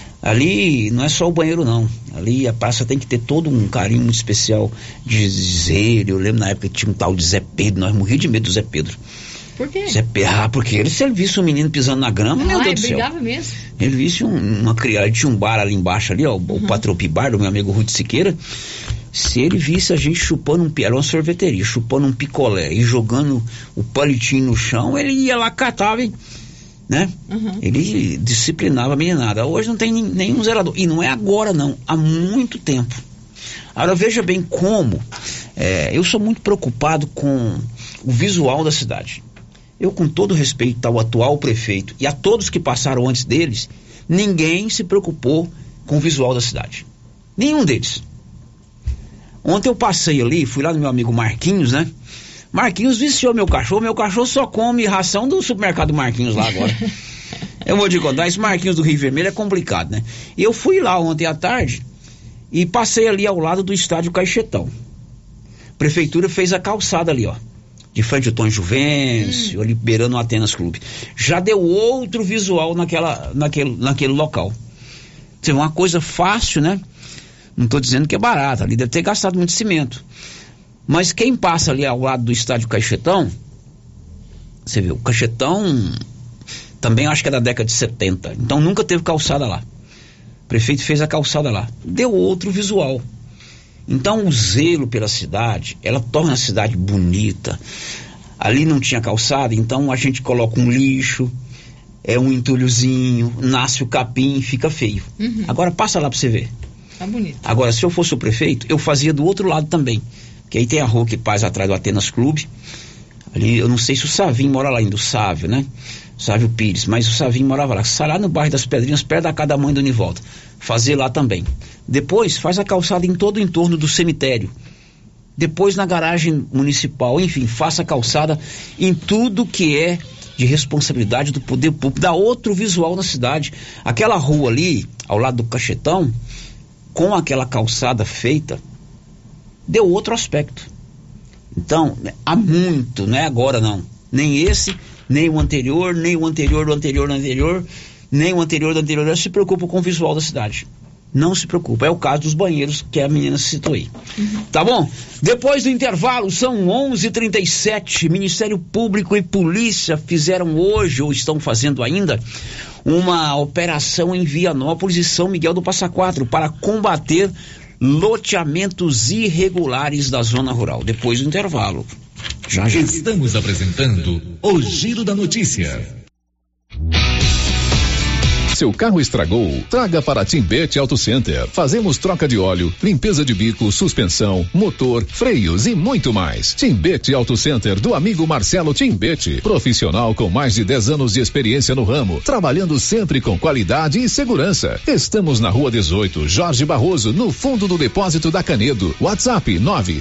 Ali não é só o banheiro não, ali a praça tem que ter todo um carinho muito especial de zelo. Eu lembro na época que tinha um tal de Zé Pedro, nós morríamos de medo do Zé Pedro. Por quê? Zé Pedro, porque se ele visse um menino pisando na grama, meu Deus do céu. Brigava mesmo. Ele visse uma criança, tinha um bar ali embaixo ali, ó, o Patropi Bar do meu amigo Ruth Siqueira. Se ele visse a gente chupando era uma sorveteria, chupando um picolé e jogando o palitinho no chão, ele ia lá, catava, né? Ele disciplinava a meninada. Hoje não tem nenhum zelador. E não é agora não, há muito tempo. Agora veja bem como eu sou muito preocupado com o visual da cidade. Eu, com todo respeito ao atual prefeito e a todos que passaram antes deles, ninguém se preocupou com o visual da cidade. Nenhum deles. Ontem eu passei ali, fui lá no meu amigo Marquinhos, né? Marquinhos viciou meu cachorro só come ração do supermercado Marquinhos lá agora. Eu vou te contar, esse Marquinhos do Rio Vermelho é complicado, né? Eu fui lá ontem à tarde e passei ali ao lado do estádio Caixetão. A prefeitura fez a calçada ali, ó, de frente ao Tom Juvencio, ali beirando o Atenas Clube. Já deu outro visual naquele local. Você vê, uma coisa fácil, né? Não estou dizendo que é barato, ali deve ter gastado muito cimento. Mas quem passa ali ao lado do estádio Caixetão, você vê, o Caixetão também acho que é da década de 70, então nunca teve calçada lá. O prefeito fez a calçada lá, deu outro visual. Então o zelo pela cidade, ela torna a cidade bonita. Ali não tinha calçada, então a gente coloca um lixo, um entulhozinho, nasce o capim, fica feio. Agora passa lá para você ver. Tá bonito. Agora, se eu fosse o prefeito, eu fazia do outro lado também. Que aí tem a rua que passa atrás do Atenas Clube. Ali, eu não sei se o Savinho mora lá ainda, o Sávio, né? Sávio Pires, mas o Savinho morava lá. Sai lá no bairro das Pedrinhas, perto da casa da mãe do Nivolta. Fazer lá também. Depois, faz a calçada em todo o entorno do cemitério. Depois, na garagem municipal. Enfim, faça a calçada em tudo que é de responsabilidade do poder público. Dá outro visual na cidade. Aquela rua ali, ao lado do Cachetão, com aquela calçada feita, deu outro aspecto. Então, há muito, não é agora não. Nem esse, nem o anterior, nem o anterior do anterior do anterior, nem o anterior do anterior, se preocupa com o visual da cidade. Não se preocupa. É o caso dos banheiros que a menina citou aí. Tá bom? Depois do intervalo, são 11h37. Ministério Público e Polícia fizeram hoje, ou estão fazendo ainda, uma operação em Vianópolis e São Miguel do Passa Quatro para combater loteamentos irregulares da zona rural. Depois do intervalo. Já. Estamos apresentando o Giro da Notícia. Seu carro estragou? Traga para Timbete Auto Center. Fazemos troca de óleo, limpeza de bico, suspensão, motor, freios e muito mais. Timbete Auto Center do amigo Marcelo Timbete. Profissional com mais de 10 anos de experiência no ramo, trabalhando sempre com qualidade e segurança. Estamos na Rua 18, Jorge Barroso, no fundo do depósito da Canedo. WhatsApp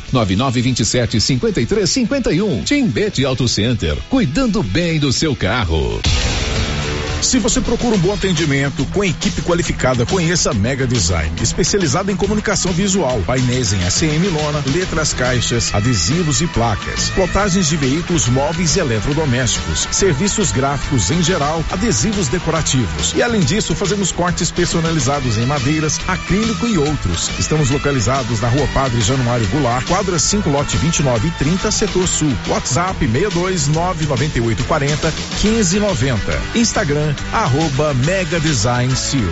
99927-5351. Timbete Auto Center, cuidando bem do seu carro. Se você procura um bom atendimento com equipe qualificada, conheça a Mega Design, especializada em comunicação visual, painéis em ACM lona, letras, caixas, adesivos e placas, plotagens de veículos móveis e eletrodomésticos, serviços gráficos em geral, adesivos decorativos. E além disso, fazemos cortes personalizados em madeiras, acrílico e outros. Estamos localizados na Rua Padre Januário Goulart, quadra 5, lote 29 e 30, setor sul. WhatsApp 62998401590. Instagram @Mega Design Sil.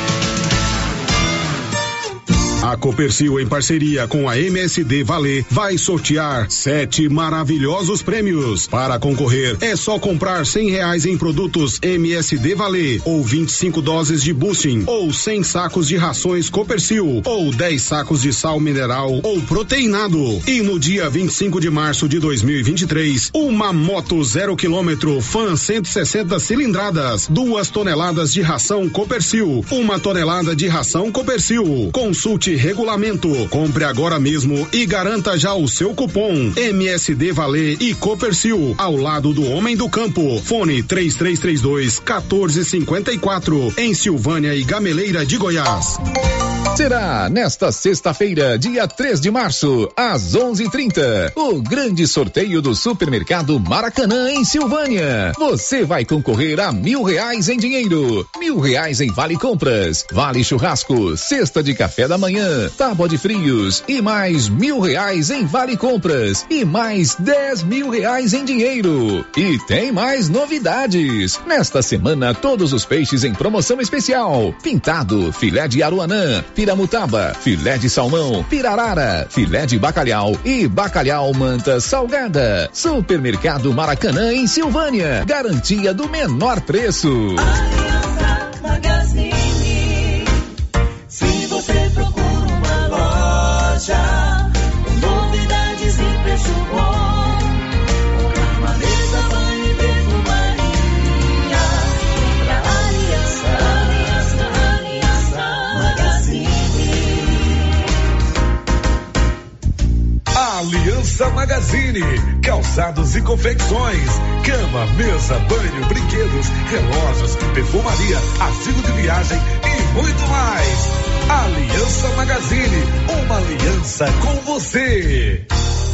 A Copercil, em parceria com a MSD Valer, vai sortear 7 maravilhosos prêmios. Para concorrer, é só comprar R$100 em produtos MSD Valer, ou 25 doses de boosting, ou 100 sacos de rações Copercil, ou 10 sacos de sal mineral ou proteinado. E no dia 25 de março de 2023, uma moto 0 km Fan 160 cilindradas, 2 toneladas de ração Copercil, 1 tonelada de ração Copercil. Consulte regulamento. Compre agora mesmo e garanta já o seu cupom MSD Valer e Copercil, ao lado do homem do campo. Fone 3332-1454, em Silvânia e Gameleira de Goiás. Será nesta sexta-feira, dia 3 de março, às 11h30, o grande sorteio do Supermercado Maracanã em Silvânia. Você vai concorrer a R$1.000 em dinheiro, R$1.000 em vale compras, vale churrasco, cesta de café da manhã, tábua de frios e mais R$1.000 em vale compras e mais R$10.000 em dinheiro. E tem mais novidades. Nesta semana, todos os peixes em promoção especial: pintado, filé de aruanã, piramutaba, filé de salmão, pirarara, filé de bacalhau e bacalhau manta salgada. Supermercado Maracanã em Silvânia. Garantia do menor preço. Aliança Magazine. Se você procura uma loja, novidades e preço bom, uma mesa, banho e perfumaria, pra Aliança Magazine. Aliança Magazine, calçados e confecções, cama, mesa, banho, brinquedos, relógios, perfumaria, artigo de viagem e muito mais. Aliança Magazine, uma aliança com você.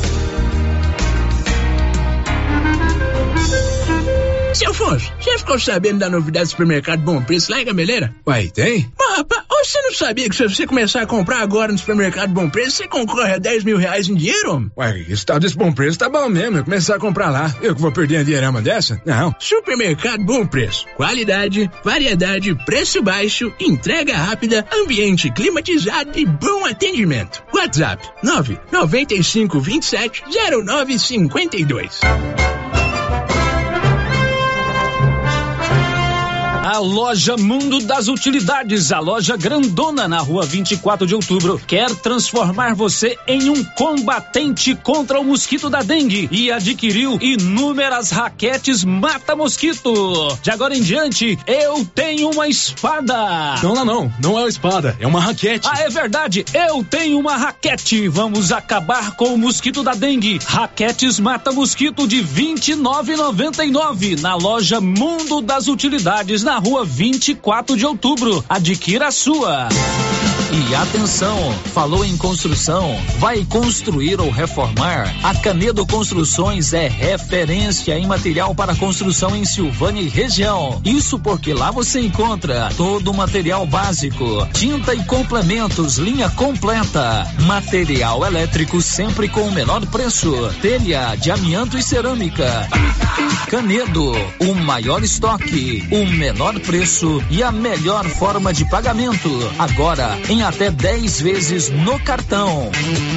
Seu Afonso, você ficou sabendo da novidade do supermercado Bom Preço lá em Gameleira? Uai, tem? Mas, rapaz, você não sabia que se você começar a comprar agora no supermercado Bom Preço, você concorre a R$10.000 em dinheiro, homem? Uai, esse tal desse Bom Preço tá bom mesmo, eu começar a comprar lá. Eu que vou perder a dinheirama dessa? Não. Supermercado Bom Preço. Qualidade, variedade, preço baixo, entrega rápida, ambiente climatizado e bom atendimento. WhatsApp 995270952. A loja Mundo das Utilidades, a loja grandona na rua 24 de outubro, quer transformar você em um combatente contra o mosquito da dengue e adquiriu inúmeras raquetes mata-mosquito. De agora em diante, eu tenho uma espada. Não é uma espada, é uma raquete. Ah, é verdade, eu tenho uma raquete. Vamos acabar com o mosquito da dengue. Raquetes mata-mosquito de R$29,99 na loja Mundo das Utilidades, na rua 24 de outubro. Adquira a sua. E atenção, falou em construção, vai construir ou reformar? A Canedo Construções é referência em material para construção em Silvânia e região. Isso porque lá você encontra todo o material básico, tinta e complementos, linha completa, material elétrico sempre com o menor preço, telha de amianto e cerâmica. Canedo, o maior estoque, o menor preço e a melhor forma de pagamento. Agora em até 10 vezes no cartão.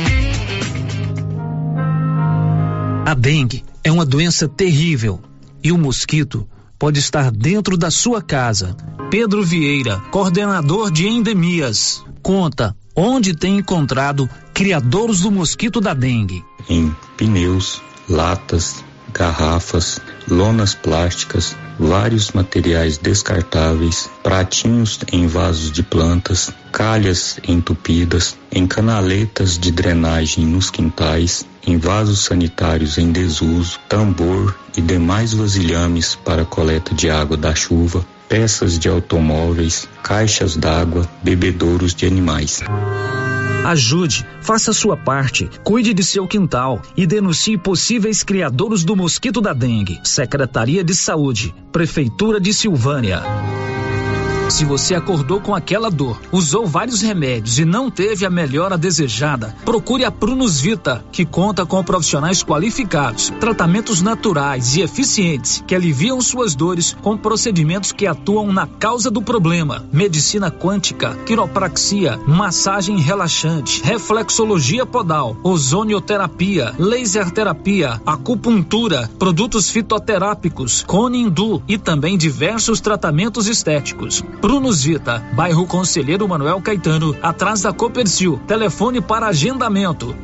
A dengue é uma doença terrível e o mosquito pode estar dentro da sua casa. Pedro Vieira, coordenador de endemias, conta onde tem encontrado criadouros do mosquito da dengue. Em pneus, latas, garrafas, lonas plásticas, vários materiais descartáveis, pratinhos em vasos de plantas, calhas entupidas, em canaletas de drenagem nos quintais, em vasos sanitários em desuso, tambor e demais vasilhames para coleta de água da chuva, peças de automóveis, caixas d'água, bebedouros de animais. Ajude, faça a sua parte, cuide de seu quintal e denuncie possíveis criadouros do mosquito da dengue. Secretaria de Saúde, Prefeitura de Silvânia. Se você acordou com aquela dor, usou vários remédios e não teve a melhora desejada, procure a Prunus Vita, que conta com profissionais qualificados, tratamentos naturais e eficientes que aliviam suas dores com procedimentos que atuam na causa do problema. Medicina quântica, quiropraxia, massagem relaxante, reflexologia podal, ozonioterapia, laser terapia, acupuntura, produtos fitoterápicos, cone hindu e também diversos tratamentos estéticos. Prunus Vita, bairro Conselheiro Manuel Caetano, atrás da Copercil. Telefone para agendamento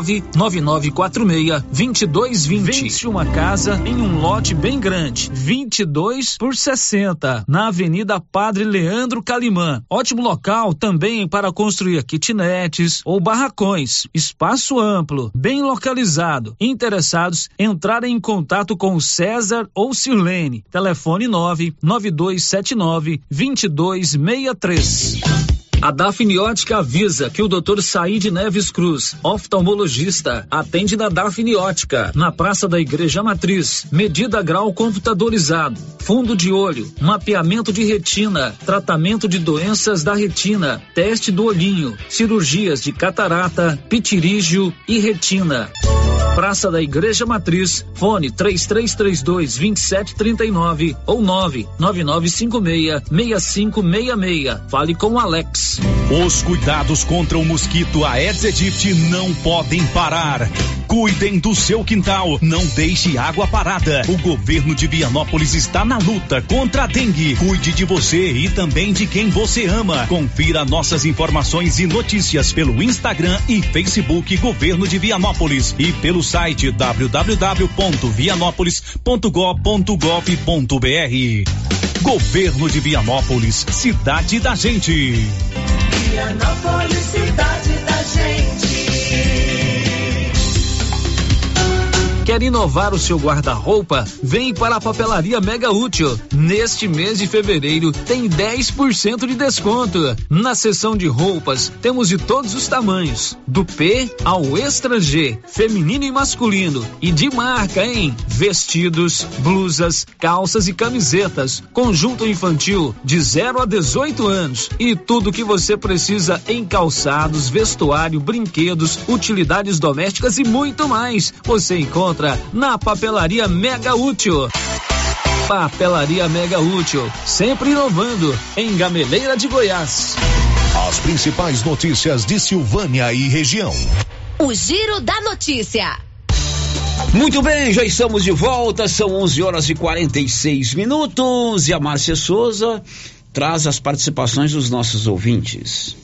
99946-2220. Vende uma casa em um lote bem grande, 22 por 60, na Avenida Padre Leandro Calimã. Ótimo local também para construir kitnetes ou barracões. Espaço amplo, bem localizado. Interessados, entrarem em contato com o César ou Sirlene. Telefone 99279-2263. A Dafniótica avisa que o Dr. Saíde Neves Cruz, oftalmologista, atende na Dafniótica, na Praça da Igreja Matriz. Medida grau computadorizado, fundo de olho, mapeamento de retina, tratamento de doenças da retina, teste do olhinho, cirurgias de catarata, pitirígio e retina. Praça da Igreja Matriz, fone 3332-2739 ou 99956-6566. Fale com o Alex. Os cuidados contra o mosquito Aedes aegypti não podem parar. Cuidem do seu quintal, não deixe água parada. O governo de Vianópolis está na luta contra a dengue. Cuide de você e também de quem você ama. Confira nossas informações e notícias pelo Instagram e Facebook Governo de Vianópolis e pelo site www.vianópolis.gov.br. Governo de Vianópolis, cidade da gente. Vianópolis, cidade da gente. Quer inovar o seu guarda-roupa? Vem para a Papelaria Mega Útil. Neste mês de fevereiro tem 10% de desconto. Na seção de roupas temos de todos os tamanhos, do P ao Extra G, feminino e masculino, e de marca, hein? Vestidos, blusas, calças e camisetas, conjunto infantil de 0 a 18 anos e tudo que você precisa em calçados, vestuário, brinquedos, utilidades domésticas e muito mais. Você encontra na Papelaria Mega Útil. Papelaria Mega Útil, sempre inovando, em Gameleira de Goiás. As principais notícias de Silvânia e região. O Giro da Notícia. Muito bem, já estamos de volta, são 11h46 e a Márcia Souza traz as participações dos nossos ouvintes.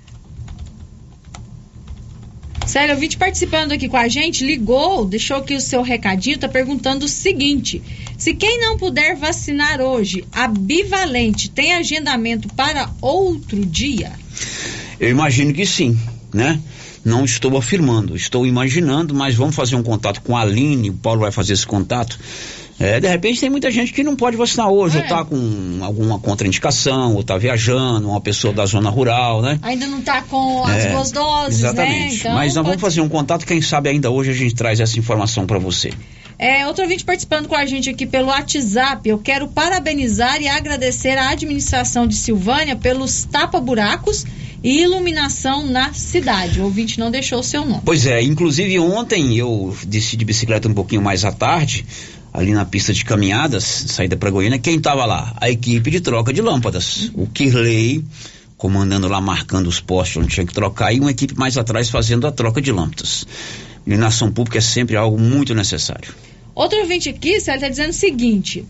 Sério, ouvinte participando aqui com a gente, ligou, deixou aqui o seu recadinho, tá perguntando o seguinte: se quem não puder vacinar hoje, a bivalente tem agendamento para outro dia? Eu imagino que sim, né? Não estou afirmando, estou imaginando, mas vamos fazer um contato com a Aline, o Paulo vai fazer esse contato. De repente tem muita gente que não pode vacinar hoje, ou tá com alguma contraindicação, ou tá viajando, uma pessoa da zona rural, né? Ainda não tá com as duas doses, exatamente. Né? Então, mas nós vamos fazer um contato, quem sabe ainda hoje a gente traz essa informação para você. Outro ouvinte participando com a gente aqui pelo WhatsApp, eu quero parabenizar e agradecer à administração de Silvânia pelos tapa-buracos e iluminação na cidade. O ouvinte não deixou o seu nome. Pois é, inclusive ontem eu desci de bicicleta um pouquinho mais à tarde, ali na pista de caminhadas, saída para Goiânia. Quem estava lá? A equipe de troca de lâmpadas. O Kirley comandando lá, marcando os postes onde tinha que trocar, e uma equipe mais atrás fazendo a troca de lâmpadas. Iluminação pública é sempre algo muito necessário. Outro ouvinte aqui, Célio, está dizendo o seguinte: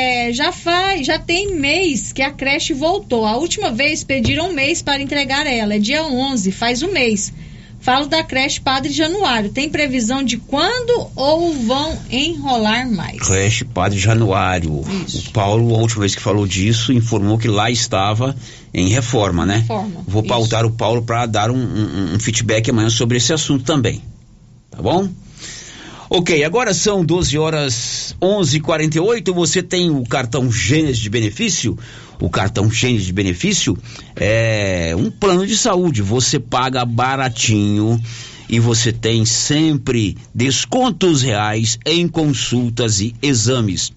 já tem mês que a creche voltou. A última vez pediram um mês para entregar ela, é dia 11, faz um mês. Falo da creche Padre Januário. Tem previsão de quando ou vão enrolar mais? Creche Padre Januário. Isso. O Paulo, a última vez que falou disso, informou que lá estava em reforma, né? Reforma. Vou pautar o Paulo para dar um feedback amanhã sobre esse assunto também. Tá bom? Ok, agora são 12h11h48. Você tem o cartão Gênesis de benefício? O cartão Gênesis de benefício é um plano de saúde. Você paga baratinho e você tem sempre descontos reais em consultas e exames.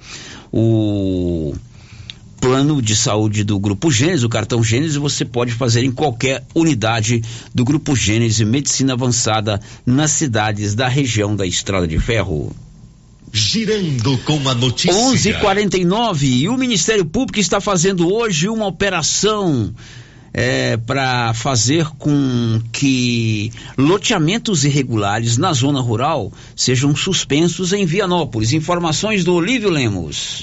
O plano de saúde do Grupo Gênesis, o cartão Gênesis, você pode fazer em qualquer unidade do Grupo Gênesis Medicina Avançada nas cidades da região da Estrada de Ferro. Girando com a notícia. 11h49 e o Ministério Público está fazendo hoje uma operação para fazer com que loteamentos irregulares na zona rural sejam suspensos em Vianópolis. Informações do Olívio Lemos.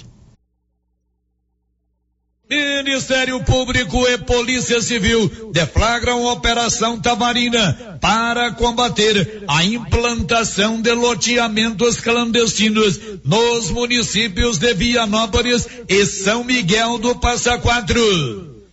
Ministério Público e Polícia Civil deflagram Operação Tamarina para combater a implantação de loteamentos clandestinos nos municípios de Vianópolis e São Miguel do Passa Quatro.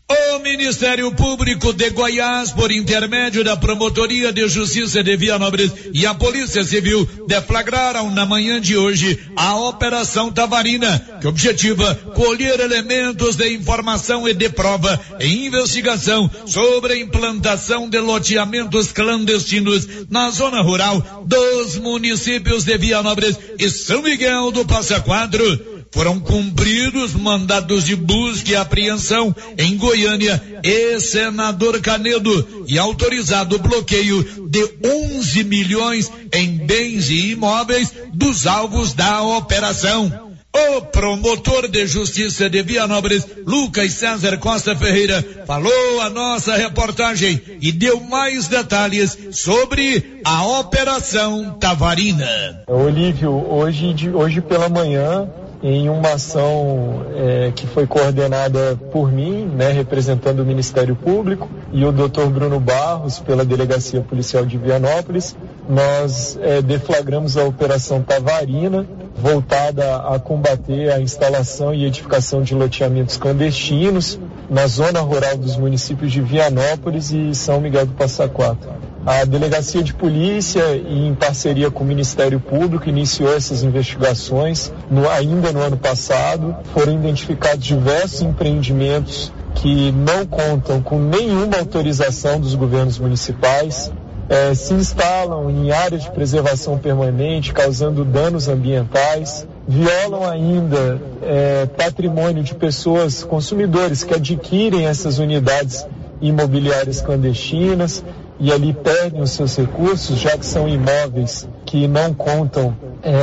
O Ministério Público de Goiás, por intermédio da Promotoria de Justiça de Vianópolis e a Polícia Civil, deflagraram na manhã de hoje a Operação Tavarina, que objetiva colher elementos de informação e de prova em investigação sobre a implantação de loteamentos clandestinos na zona rural dos municípios de Vianópolis e São Miguel do Passa Quatro. Foram cumpridos mandados de busca e apreensão em Goiânia e Senador Canedo e autorizado o bloqueio de 11 milhões em bens e imóveis dos alvos da operação. O promotor de justiça de Vianópolis, Lucas César Costa Ferreira, falou a nossa reportagem e deu mais detalhes sobre a Operação Tavarina. Olívio, hoje pela manhã, em uma ação que foi coordenada por mim, representando o Ministério Público, e o Dr. Bruno Barros, pela Delegacia Policial de Vianópolis, nós deflagramos a Operação Tavarina, voltada a combater a instalação e edificação de loteamentos clandestinos na zona rural dos municípios de Vianópolis e São Miguel do Passa Quatro. A Delegacia de Polícia, em parceria com o Ministério Público, iniciou essas investigações ainda no ano passado. Foram identificados diversos empreendimentos que não contam com nenhuma autorização dos governos municipais, se instalam em áreas de preservação permanente, causando danos ambientais, violam ainda patrimônio de pessoas, consumidores que adquirem essas unidades imobiliárias clandestinas e ali perdem os seus recursos, já que são imóveis que não contam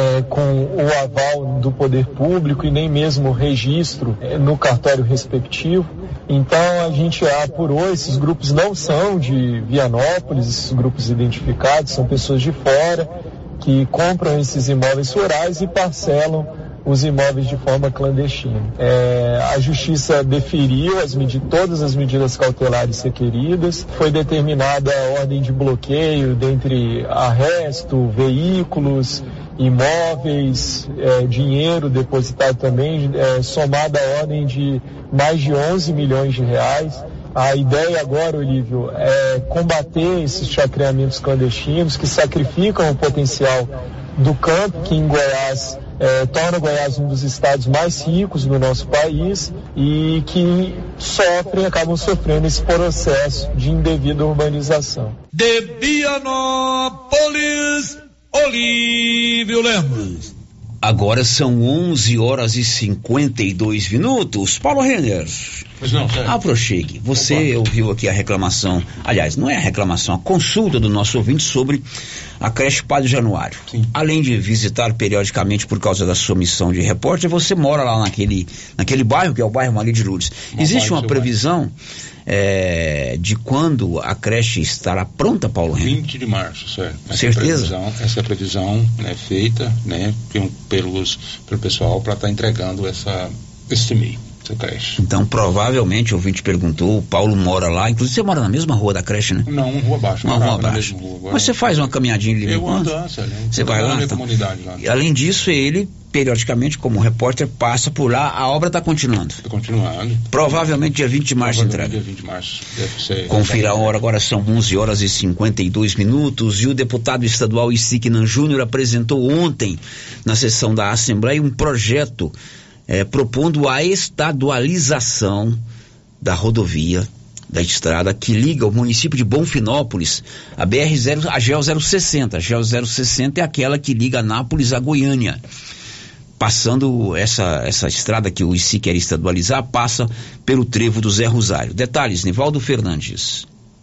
com o aval do poder público e nem mesmo o registro no cartório respectivo. Então a gente apurou, esses grupos não são de Vianópolis, esses grupos identificados, são pessoas de fora que compram esses imóveis rurais e parcelam os imóveis de forma clandestina. A Justiça deferiu todas as medidas cautelares requeridas, foi determinada a ordem de bloqueio dentre arresto, veículos, imóveis, dinheiro depositado também, somada a ordem de mais de 11 milhões de reais. A ideia agora, Olívio, é combater esses chacreamentos clandestinos que sacrificam o potencial do campo, que em Goiás torna Goiás um dos estados mais ricos do nosso país e que acabam sofrendo esse processo de indevida urbanização. De Vianópolis, Olívio Lemos. Agora são 11h52. Paulo Renner. Pois não, sério. Aproxegue. Você ouviu aqui a reclamação, aliás, não é a reclamação, a consulta do nosso ouvinte sobre a creche Padre Januário. Sim. Além de visitar periodicamente por causa da sua missão de repórter, você mora lá naquele bairro, que é o bairro Maria de Lourdes. Existe uma previsão de quando a creche estará pronta, Paulo Renner? 20 de março, certo. Certeza? Essa é a previsão feita pelo pessoal para estar entregando esse e-mail. Então, provavelmente, o ouvinte perguntou, o Paulo mora lá, inclusive você mora na mesma rua da creche, né? Não, uma rua abaixo. Uma rua abaixo. Mas você faz uma caminhadinha ali? Eu ando, você vai lá? Então. Comunidade lá. E, além disso, ele, periodicamente, como repórter, passa por lá, a obra está continuando. Está continuando. Provavelmente dia 20 de março entrega. Dia 20 de março, deve ser. Confira a hora, agora são 11h52, e o deputado estadual Isignan Júnior apresentou ontem, na sessão da Assembleia, um projeto propondo a estadualização da rodovia, da estrada que liga o município de Bonfinópolis a GO 060. A GO 060 é aquela que liga Anápolis a Goiânia. Passando essa estrada que o ICI quer estadualizar, passa pelo trevo do Zé Rosário. Detalhes, Nivaldo Fernandes.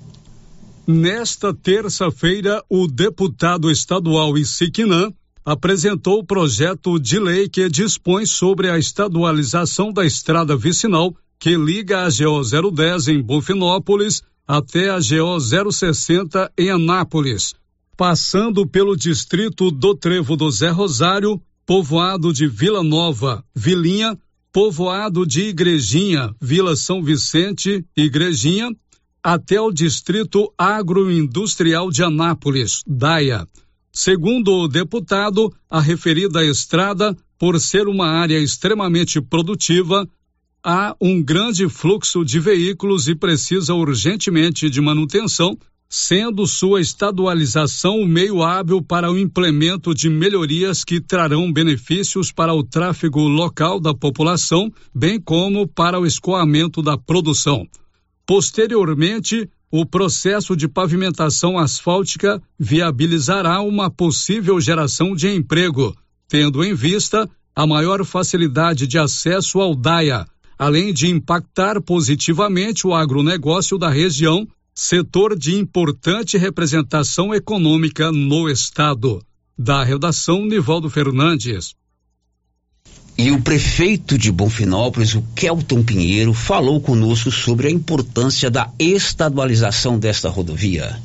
Nesta terça-feira, o deputado estadual Isignan apresentou o projeto de lei que dispõe sobre a estadualização da estrada vicinal que liga a GO 010 em Bonfinópolis até a GO 060 em Anápolis, passando pelo distrito do Trevo do Zé Rosário, povoado de Vila Nova, Vilinha, povoado de Igrejinha, Vila São Vicente, Igrejinha, até o distrito agroindustrial de Anápolis, Daia. Segundo o deputado, a referida estrada, por ser uma área extremamente produtiva, há um grande fluxo de veículos e precisa urgentemente de manutenção, sendo sua estadualização o meio hábil para o implemento de melhorias que trarão benefícios para o tráfego local da população, bem como para o escoamento da produção. Posteriormente, o processo de pavimentação asfáltica viabilizará uma possível geração de emprego, tendo em vista a maior facilidade de acesso ao DAIA, além de impactar positivamente o agronegócio da região, setor de importante representação econômica no estado. Da redação, Nivaldo Fernandes. E o prefeito de Bonfinópolis, o Kelton Pinheiro, falou conosco sobre a importância da estadualização desta rodovia.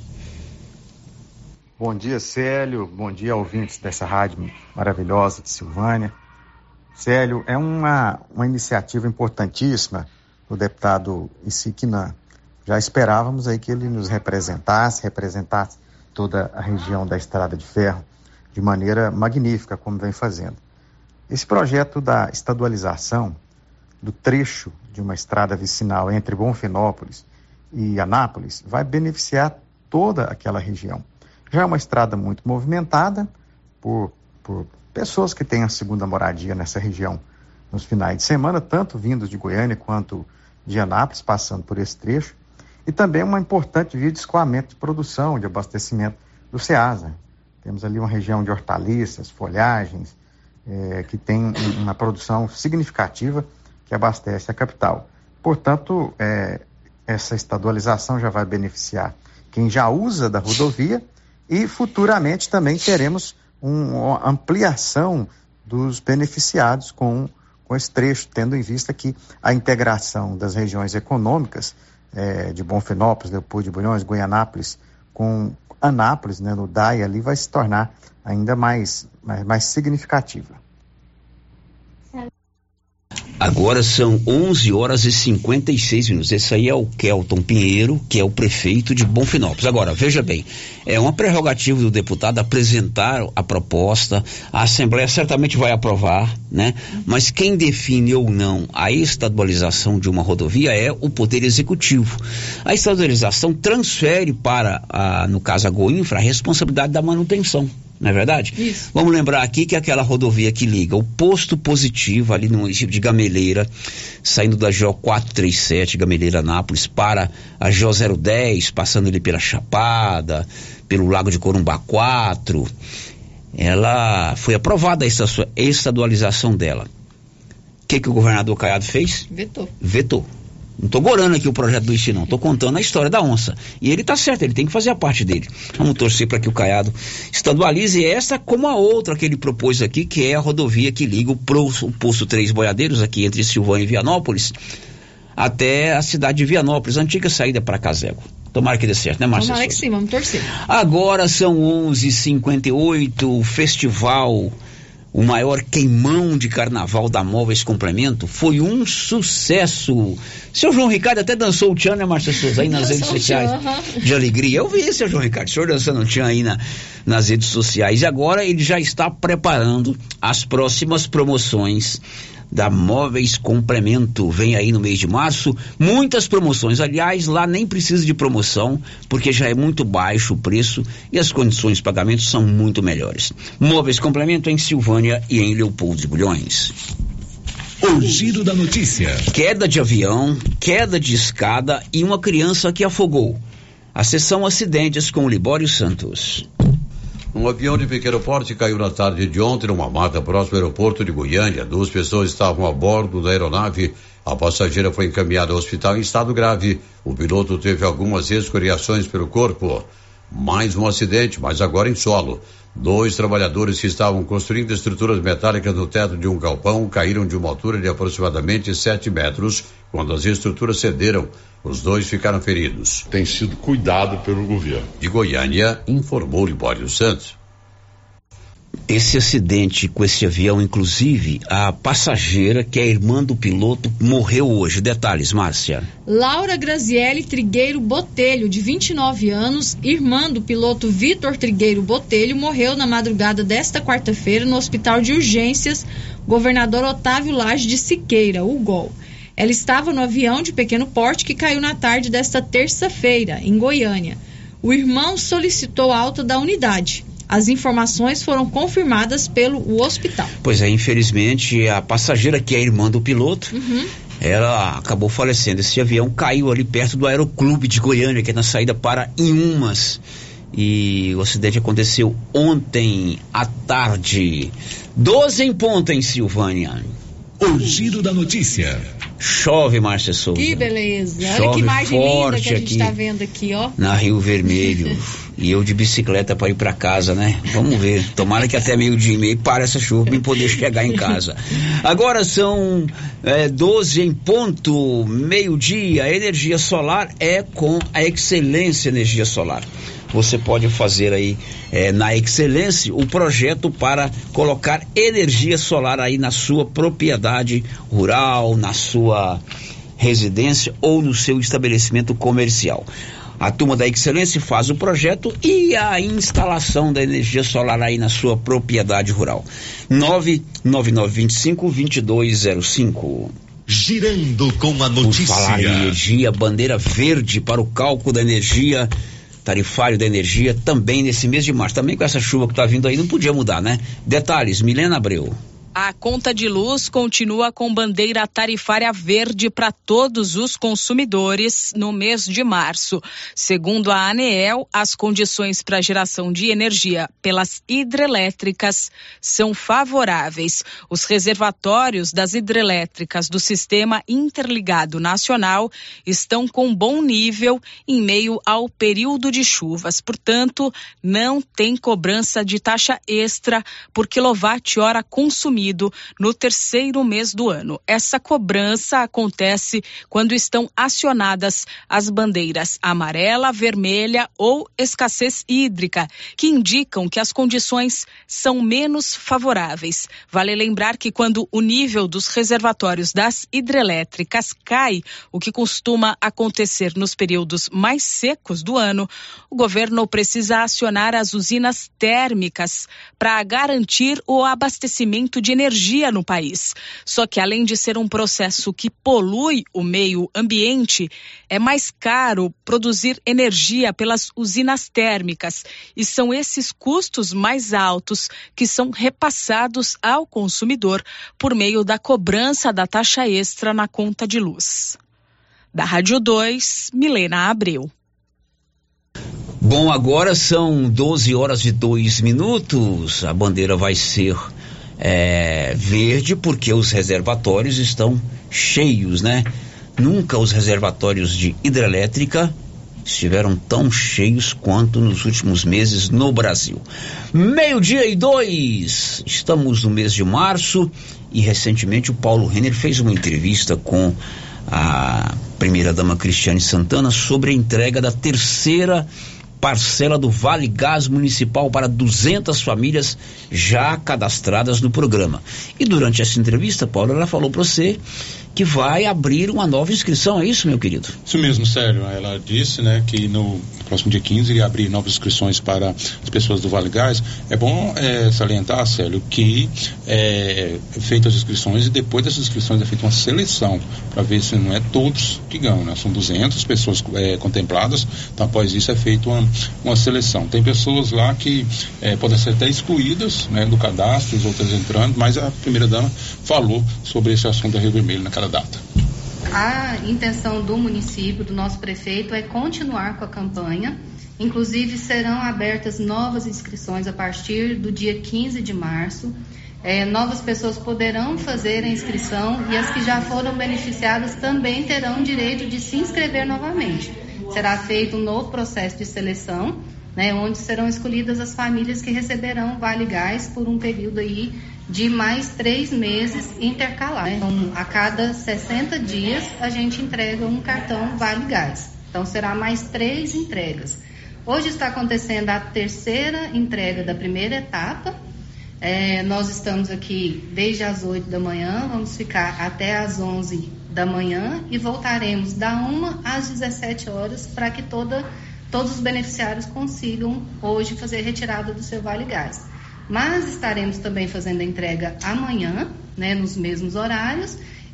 Bom dia, Célio. Bom dia, ouvintes dessa rádio maravilhosa de Silvânia. Célio, é uma iniciativa importantíssima do deputado Isiquinã. Já esperávamos aí que ele nos representasse toda a região da Estrada de Ferro de maneira magnífica, como vem fazendo. Esse projeto da estadualização do trecho de uma estrada vicinal entre Bonfinópolis e Anápolis vai beneficiar toda aquela região. Já é uma estrada muito movimentada por pessoas que têm a segunda moradia nessa região nos finais de semana, tanto vindos de Goiânia quanto de Anápolis, passando por esse trecho. E também uma importante via de escoamento de produção, de abastecimento do Ceasa. Temos ali uma região de hortaliças, folhagens, que tem uma produção significativa que abastece a capital. Portanto, essa estadualização já vai beneficiar quem já usa da rodovia e futuramente também teremos uma ampliação dos beneficiados com esse trecho, tendo em vista que a integração das regiões econômicas de Bonfinópolis, Leopoldo de Bulhões, Goianápolis, com Anápolis, né, no DAI ali, vai se tornar ainda mais significativa. Agora são 11h56. Esse aí é o Kelton Pinheiro, que é o prefeito de Bonfinópolis. Agora, veja bem, é uma prerrogativa do deputado apresentar a proposta, a Assembleia certamente vai aprovar, né? Mas quem define ou não a estadualização de uma rodovia é o Poder Executivo. A estadualização transfere para, no caso, a Goinfra, a responsabilidade da manutenção. Não é verdade? Isso. Vamos lembrar aqui que aquela rodovia que liga o posto Positivo, ali no município de Gameleira, saindo da GO 437, Gameleira Anápolis, para a GO 010, passando ali pela Chapada, pelo Lago de Corumbá 4, ela foi aprovada a estadualização dela. O que o governador Caiado fez? Vetou. Não estou gorando aqui o projeto do ICI, não. Estou contando a história da onça. E ele está certo, ele tem que fazer a parte dele. Vamos torcer para que o Caiado estadualize essa como a outra que ele propôs aqui, que é a rodovia que liga o posto 3 Boiadeiros, aqui entre Silvânia e Vianópolis, até a cidade de Vianópolis, a antiga saída para Casego. Tomara que dê certo, né, Márcia? Tomara que sim, vamos torcer. Agora são 11h58, o festival... O maior queimão de carnaval da Móveis Complemento foi um sucesso. Seu João Ricardo até dançou o tchan, né, Márcia Souza, aí nas redes sociais, de alegria. Eu vi, seu João Ricardo, o senhor dançando o tchan aí nas redes sociais. E agora ele já está preparando as próximas promoções da Móveis Complemento. Vem aí no mês de março, muitas promoções. Aliás, lá nem precisa de promoção, porque já é muito baixo o preço e as condições de pagamento são muito melhores. Móveis Complemento em Silvânia e em Leopoldo de Bulhões. O giro da notícia. Queda de avião, queda de escada e uma criança que afogou. A sessão acidentes com o Libório Santos. Um avião de pequeno porte caiu na tarde de ontem numa mata próximo ao aeroporto de Goiânia. 2 pessoas estavam a bordo da aeronave. A passageira foi encaminhada ao hospital em estado grave. O piloto teve algumas escoriações pelo corpo. Mais um acidente, mas agora em solo. 2 trabalhadores que estavam construindo estruturas metálicas no teto de um galpão caíram de uma altura de aproximadamente 7 metros quando as estruturas cederam. Os 2 ficaram feridos. Tem sido cuidado pelo governo. De Goiânia, informou Libório Santos. Esse acidente com esse avião, inclusive, a passageira, que é a irmã do piloto, morreu hoje. Detalhes, Márcia. Laura Graziele Trigueiro Botelho, de 29 anos, irmã do piloto Vitor Trigueiro Botelho, morreu na madrugada desta quarta-feira no Hospital de Urgências Governador Otávio Lage de Siqueira, o GOL. Ela estava no avião de pequeno porte que caiu na tarde desta terça-feira, em Goiânia. O irmão solicitou alta da unidade. As informações foram confirmadas pelo hospital. Pois é, infelizmente, a passageira, que é a irmã do piloto, ela acabou falecendo. Esse avião caiu ali perto do Aeroclube de Goiânia, que é na saída para Inhumas. E o acidente aconteceu ontem à tarde. 12 em ponto em Silvânia. O giro da notícia. Chove, Márcia Souza. Que beleza. Chove. Olha que imagem linda que a gente aqui está vendo aqui, ó. Na Rio Vermelho. E eu de bicicleta para ir para casa, né? Vamos ver. Tomara que até meio-dia e meio pare essa chuva para eu poder chegar em casa. Agora são 12 em ponto, meio-dia. A energia solar é com a Excelência Energia Solar. Você pode fazer aí na Excelência o projeto para colocar energia solar aí na sua propriedade rural, na sua residência ou no seu estabelecimento comercial. A turma da Excelência faz o projeto e a instalação da energia solar aí na sua propriedade rural. 99925-2205. Girando com a notícia. Por falar em energia, bandeira verde para o cálculo da energia, tarifário da energia, também nesse mês de março. Também com essa chuva que está vindo aí, não podia mudar, né? Detalhes, Milena Abreu. A conta de luz continua com bandeira tarifária verde para todos os consumidores no mês de março. Segundo a ANEEL, as condições para geração de energia pelas hidrelétricas são favoráveis. Os reservatórios das hidrelétricas do Sistema Interligado Nacional estão com bom nível em meio ao período de chuvas. Portanto, não tem cobrança de taxa extra por quilowatt-hora consumido no terceiro mês do ano. Essa cobrança acontece quando estão acionadas as bandeiras amarela, vermelha ou escassez hídrica, que indicam que as condições são menos favoráveis. Vale lembrar que quando o nível dos reservatórios das hidrelétricas cai, o que costuma acontecer nos períodos mais secos do ano, o governo precisa acionar as usinas térmicas para garantir o abastecimento de energia no país. Só que além de ser um processo que polui o meio ambiente, é mais caro produzir energia pelas usinas térmicas e são esses custos mais altos que são repassados ao consumidor por meio da cobrança da taxa extra na conta de luz. Da Rádio 2, Milena Abreu. Bom, agora são 12h02. A bandeira vai ser verde porque os reservatórios estão cheios, né? Nunca os reservatórios de hidrelétrica estiveram tão cheios quanto nos últimos meses no Brasil. 12:02, estamos no mês de março e recentemente o Paulo Renner fez uma entrevista com a primeira-dama Cristiane Santana sobre a entrega da terceira parcela do Vale Gás Municipal para 200 famílias já cadastradas no programa. E durante essa entrevista, Paulo, ela falou para você que vai abrir uma nova inscrição, é isso, meu querido? Isso mesmo, Célio. Ela disse, né, que no próximo dia 15 iria abrir novas inscrições para as pessoas do Vale Gás. É bom salientar, Célio, que feitas as inscrições e depois dessas inscrições é feita uma seleção para ver se não é todos que ganham, né? São 200 pessoas contempladas, então após isso é feita uma seleção. Tem pessoas lá que podem ser até excluídas, né, do cadastro, as outras entrando, mas a primeira-dama falou sobre esse assunto da Rio Vermelho naquela data. A intenção do município, do nosso prefeito, é continuar com a campanha. Inclusive, serão abertas novas inscrições a partir do dia 15 de março. Novas pessoas poderão fazer a inscrição e as que já foram beneficiadas também terão direito de se inscrever novamente. Será feito um novo processo de seleção, né, onde serão escolhidas as famílias que receberão Vale Gás por um período aí de mais 3 meses intercalar. Então, a cada 60 dias a gente entrega um cartão Vale Gás. Então, será mais 3 entregas. Hoje está acontecendo a terceira entrega da primeira etapa. Nós estamos aqui desde as 8 da manhã, vamos ficar até as 11 da manhã e voltaremos da 1 às 17 horas para que todos os beneficiários consigam hoje fazer a retirada do seu Vale Gás. Mas estaremos também fazendo a entrega amanhã, né, nos mesmos horários,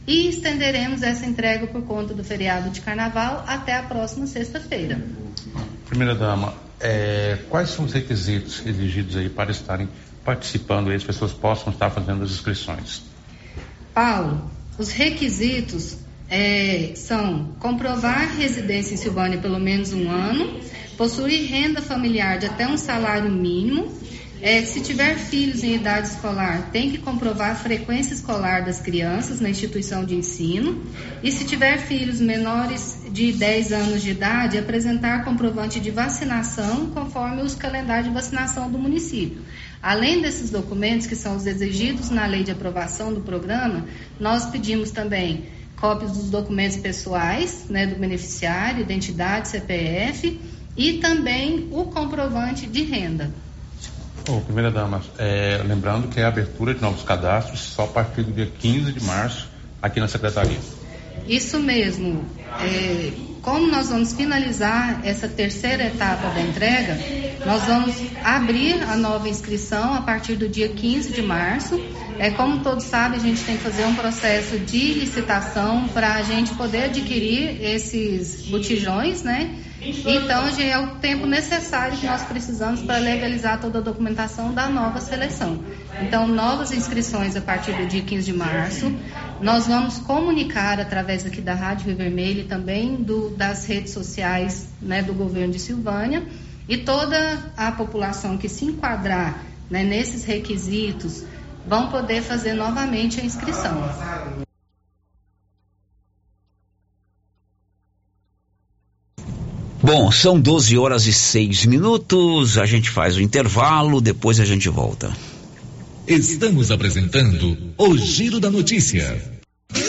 e estenderemos essa entrega por conta do feriado de carnaval até a próxima sexta-feira. Primeira dama, quais são os requisitos exigidos aí para estarem participando e as pessoas possam estar fazendo as inscrições? Paulo, os requisitos são comprovar residência em Silvânia pelo menos 1 ano, possuir renda familiar de até um salário mínimo. Se tiver filhos em idade escolar, tem que comprovar a frequência escolar das crianças na instituição de ensino. E se tiver filhos menores de 10 anos de idade, apresentar comprovante de vacinação conforme os calendários de vacinação do município. Além desses documentos, que são os exigidos na lei de aprovação do programa, nós pedimos também cópias dos documentos pessoais, né, do beneficiário, identidade, CPF e também o comprovante de renda. Primeira dama, lembrando que é a abertura de novos cadastros só a partir do dia 15 de março aqui na Secretaria. Isso mesmo. Como nós vamos finalizar essa terceira etapa da entrega, nós vamos abrir a nova inscrição a partir do dia 15 de março. Como todos sabem, a gente tem que fazer um processo de licitação para a gente poder adquirir esses botijões, né? Então, já é o tempo necessário que nós precisamos para legalizar toda a documentação da nova seleção. Então, novas inscrições a partir do dia 15 de março. Nós vamos comunicar através aqui da Rádio Rio Vermelho e também das redes sociais, né, do governo de Silvânia. E toda a população que se enquadrar, né, nesses requisitos vão poder fazer novamente a inscrição. Bom, são 12h06. A gente faz o intervalo, depois a gente volta. Estamos apresentando o Giro da Notícia.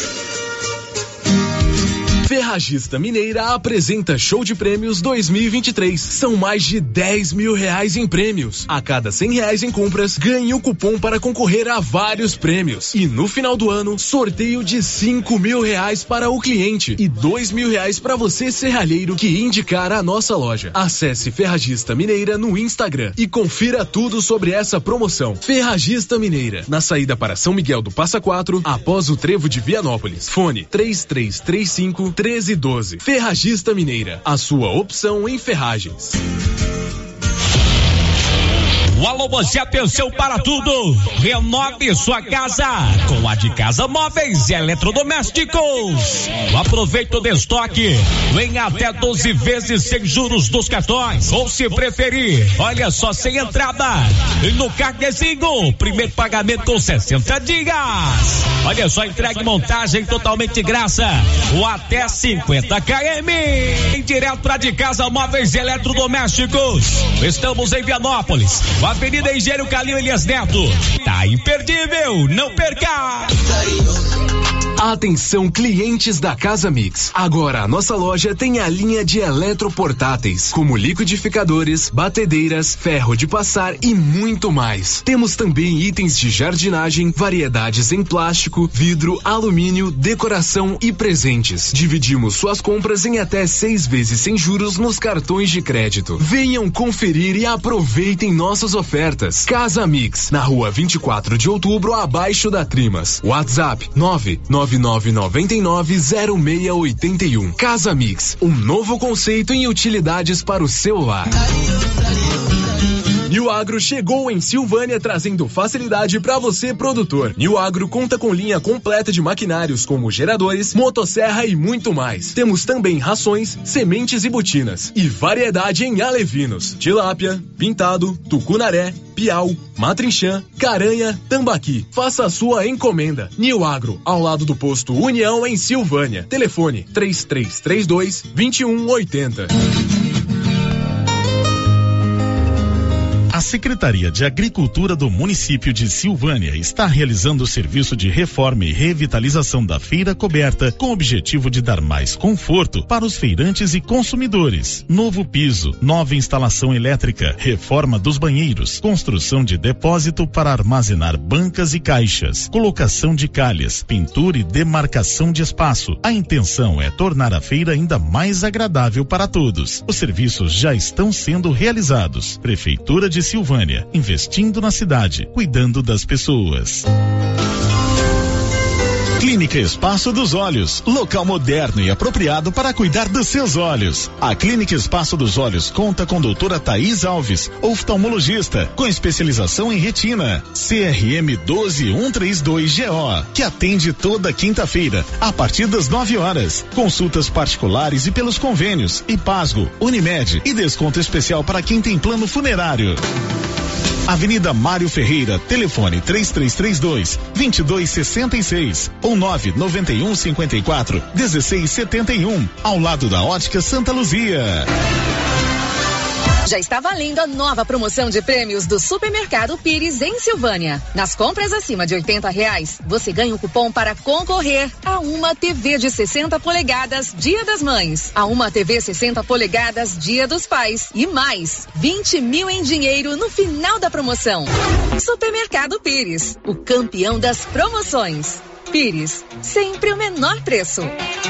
Ferragista Mineira apresenta Show de Prêmios 2023. São mais de 10 mil reais em prêmios. A cada 100 reais em compras, ganhe um cupom para concorrer a vários prêmios. E no final do ano, sorteio de 5 mil reais para o cliente e 2 mil reais para você, serralheiro, que indicar a nossa loja. Acesse Ferragista Mineira no Instagram e confira tudo sobre essa promoção. Ferragista Mineira, na saída para São Miguel do Passa Quatro, após o trevo de Vianópolis. Fone 3335 1312. Ferragista Mineira, a sua opção em ferragens. O Alô Você, atenção para tudo. Renove sua casa com a de Casa Móveis e Eletrodomésticos. Aproveite o estoque. Vem até 12 vezes sem juros dos cartões. Ou se preferir, olha só, sem entrada. E no carnezinho, primeiro pagamento com 60 dias. Olha só, entrega e montagem totalmente de graça. Ou até 50 km. Em direto para de Casa Móveis e Eletrodomésticos. Estamos em Vianópolis, Avenida Engenheiro Calil Elias Neto. Tá imperdível, não perca! Atenção, clientes da Casa Mix. Agora a nossa loja tem a linha de eletroportáteis, como liquidificadores, batedeiras, ferro de passar e muito mais. Temos também itens de jardinagem, variedades em plástico, vidro, alumínio, decoração e presentes. Dividimos suas compras em até 6 vezes sem juros nos cartões de crédito. Venham conferir e aproveitem nossas ofertas. Casa Mix, na rua 24 de outubro, abaixo da Trimas. WhatsApp 999990681. Casa Mix, um novo conceito em utilidades para o seu lar. New Agro chegou em Silvânia trazendo facilidade para você, produtor. New Agro conta com linha completa de maquinários como geradores, motosserra e muito mais. Temos também rações, sementes e botinas. E variedade em alevinos, tilápia, pintado, tucunaré, piau, matrinchã, caranha, tambaqui. Faça a sua encomenda. New Agro, ao lado do posto União em Silvânia. Telefone 3332-2180. A Secretaria de Agricultura do município de Silvânia está realizando o serviço de reforma e revitalização da feira coberta com o objetivo de dar mais conforto para os feirantes e consumidores. Novo piso, nova instalação elétrica, reforma dos banheiros, construção de depósito para armazenar bancas e caixas, colocação de calhas, pintura e demarcação de espaço. A intenção é tornar a feira ainda mais agradável para todos. Os serviços já estão sendo realizados. Prefeitura de Silvânia, investindo na cidade, cuidando das pessoas. Clínica Espaço dos Olhos, local moderno e apropriado para cuidar dos seus olhos. A Clínica Espaço dos Olhos conta com doutora Thaís Alves, oftalmologista, com especialização em retina, CRM 12132GO, que atende toda quinta-feira, a partir das 9 horas. Consultas particulares e pelos convênios, IPASGO, Unimed e desconto especial para quem tem plano funerário. Avenida Mário Ferreira, telefone 3332-2266 ou 99154-1671, ao lado da Ótica Santa Luzia. Já está valendo a nova promoção de prêmios do Supermercado Pires em Silvânia. Nas compras acima de R$80, você ganha um cupom para concorrer a uma TV de 60 polegadas Dia das Mães, a uma TV 60 polegadas Dia dos Pais e mais 20 mil em dinheiro no final da promoção. Supermercado Pires, o campeão das promoções. Pires, sempre o menor preço.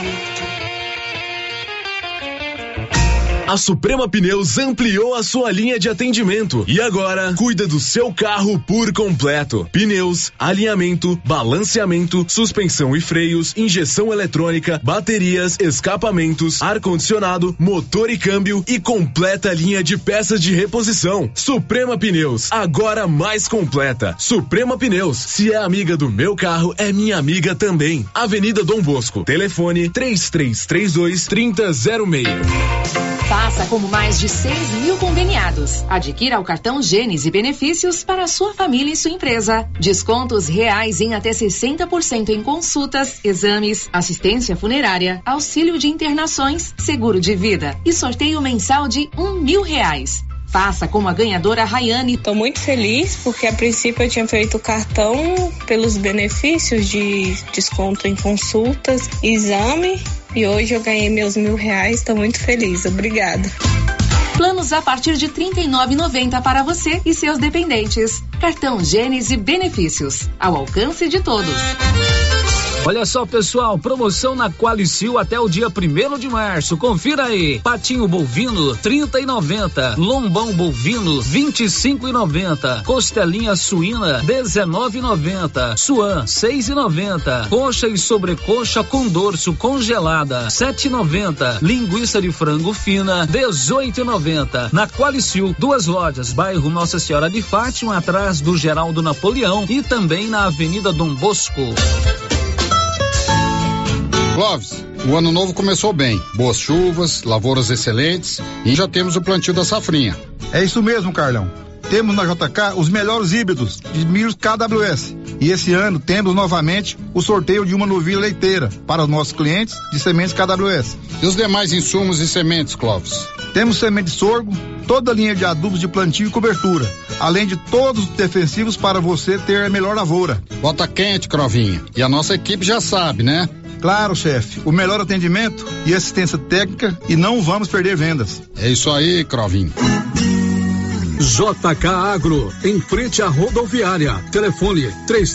A Suprema Pneus ampliou a sua linha de atendimento e agora cuida do seu carro por completo. Pneus, alinhamento, balanceamento, suspensão e freios, injeção eletrônica, baterias, escapamentos, ar-condicionado, motor e câmbio e completa linha de peças de reposição. Suprema Pneus, agora mais completa. Suprema Pneus, se é amiga do meu carro, é minha amiga também. Avenida Dom Bosco, telefone 3332-3006. Faça como mais de 6 mil conveniados. Adquira o cartão Gênesis e benefícios para a sua família e sua empresa. Descontos reais em até 60% em consultas, exames, assistência funerária, auxílio de internações, seguro de vida e sorteio mensal de R$1.000. Faça como a ganhadora Rayane. Tô muito feliz porque a princípio eu tinha feito o cartão pelos benefícios de desconto em consultas, exame, e hoje eu ganhei meus R$1.000. Tô muito feliz, obrigada. Planos a partir de R$39,90 para você e seus dependentes. Cartão Gênesis e benefícios, ao alcance de todos. Olha só, pessoal, promoção na Qualicil até o dia 1º de março. Confira aí. Patinho bovino, R$30,90. Lombão bovino, R$25,90. Costelinha suína, R$19,90. Suã, R$6,90. Coxa e sobrecoxa com dorso congelada, R$7,90. Linguiça de frango fina, R$18,90. Na Qualicil, 2 lojas, bairro Nossa Senhora de Fátima, atrás do Geraldo Napoleão e também na Avenida Dom Bosco. Clóvis, o ano novo começou bem. Boas chuvas, lavouras excelentes e já temos o plantio da safrinha. É isso mesmo, Carlão. Temos na JK os melhores híbridos de milhos KWS. E esse ano temos novamente o sorteio de uma novilha leiteira para os nossos clientes de sementes KWS. E os demais insumos e sementes, Clóvis? Temos semente de sorgo, toda a linha de adubos de plantio e cobertura, além de todos os defensivos para você ter a melhor lavoura. Bota quente, Crovinha. E a nossa equipe já sabe, né? Claro, chefe. O melhor atendimento e assistência técnica e não vamos perder vendas. É isso aí, Crovinho. JK Agro, em frente à rodoviária. Telefone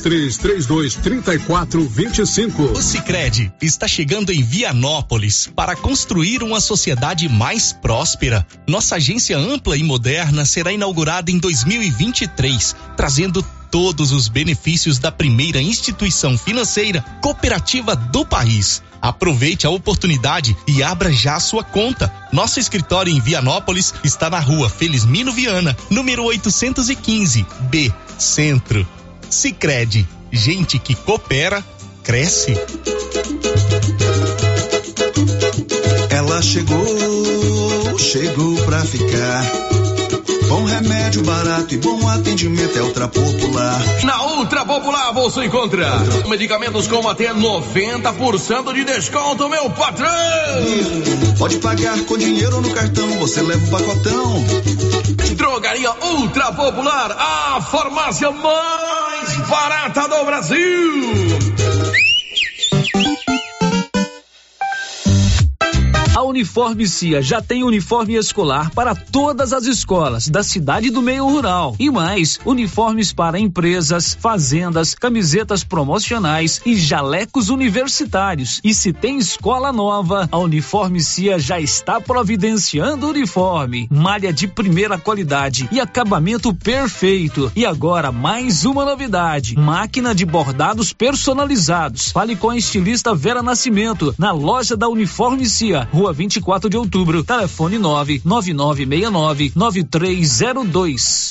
3332-3425. O Sicredi está chegando em Vianópolis para construir uma sociedade mais próspera. Nossa agência ampla e moderna será inaugurada em 2023, trazendo todos os benefícios da primeira instituição financeira cooperativa do país. Aproveite a oportunidade e abra já a sua conta. Nosso escritório em Vianópolis está na rua Felizmino Viana, número 815, B, Centro. Sicredi, gente que coopera, cresce. Ela chegou pra ficar. Bom remédio, barato e bom atendimento é Ultra Popular. Na Ultra Popular você encontra medicamentos com até 90% de desconto, meu patrão! Pode pagar com dinheiro ou no cartão, você leva o pacotão. Drogaria Ultra Popular, a farmácia mais barata do Brasil. A Uniforme Cia já tem uniforme escolar para todas as escolas da cidade e do meio rural. E mais, uniformes para empresas, fazendas, camisetas promocionais e jalecos universitários. E se tem escola nova, a Uniforme Cia já está providenciando uniforme, malha de primeira qualidade e acabamento perfeito. E agora mais uma novidade: máquina de bordados personalizados. Fale com a estilista Vera Nascimento na loja da Uniforme Cia, Rua 24 de Outubro, telefone 99969-9302.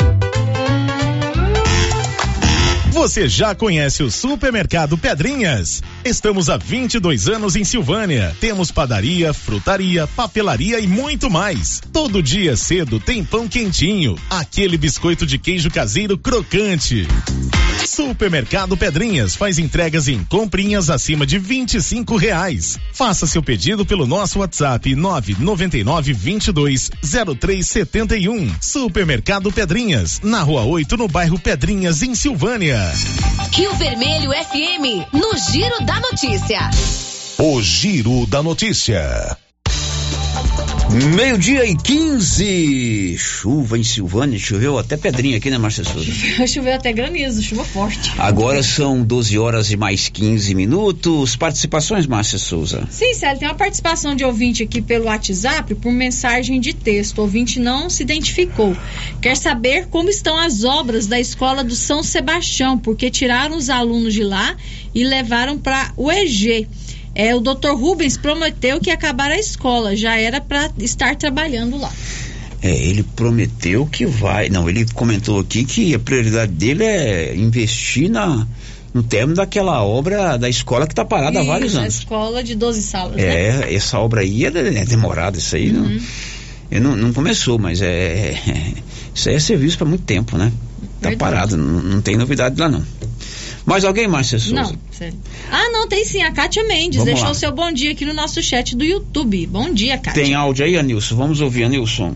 Você já conhece o Supermercado Pedrinhas? Estamos há 22 anos em Silvânia. Temos padaria, frutaria, papelaria e muito mais. Todo dia cedo tem pão quentinho, aquele biscoito de queijo caseiro crocante. Supermercado Pedrinhas faz entregas em comprinhas acima de R$25. Faça seu pedido pelo nosso WhatsApp 999-220371. Supermercado Pedrinhas, na Rua 8, no bairro Pedrinhas, em Silvânia. Rio Vermelho FM, no Giro da Notícia. O Giro da Notícia. 12:15. Chuva em Silvânia, choveu até pedrinha aqui, né, Márcia Souza? Choveu até granizo, chuva forte. Agora são 12h mais 15. Participações, Márcia Souza? Sim, Célio, tem uma participação de ouvinte aqui pelo WhatsApp por mensagem de texto. O ouvinte não se identificou. Quer saber como estão as obras da escola do São Sebastião, porque tiraram os alunos de lá e levaram para o EG. O Dr. Rubens prometeu que ia acabar a escola, já era para estar trabalhando lá. Ele prometeu que vai. Não, ele comentou aqui que a prioridade dele é investir no término daquela obra da escola que está parada há vários anos. A escola de 12 salas, né? Essa obra aí é demorada, isso aí não começou, mas isso aí é serviço para muito tempo, né? Tá parado, não tem novidade lá não. Mais alguém, Márcia Souza? Não, sério. Não, tem sim, a Kátia Mendes. Vamos deixou lá. o seu bom dia aqui no nosso chat do YouTube. Bom dia, Kátia. Tem áudio aí, Anilson? Vamos ouvir, Anilson.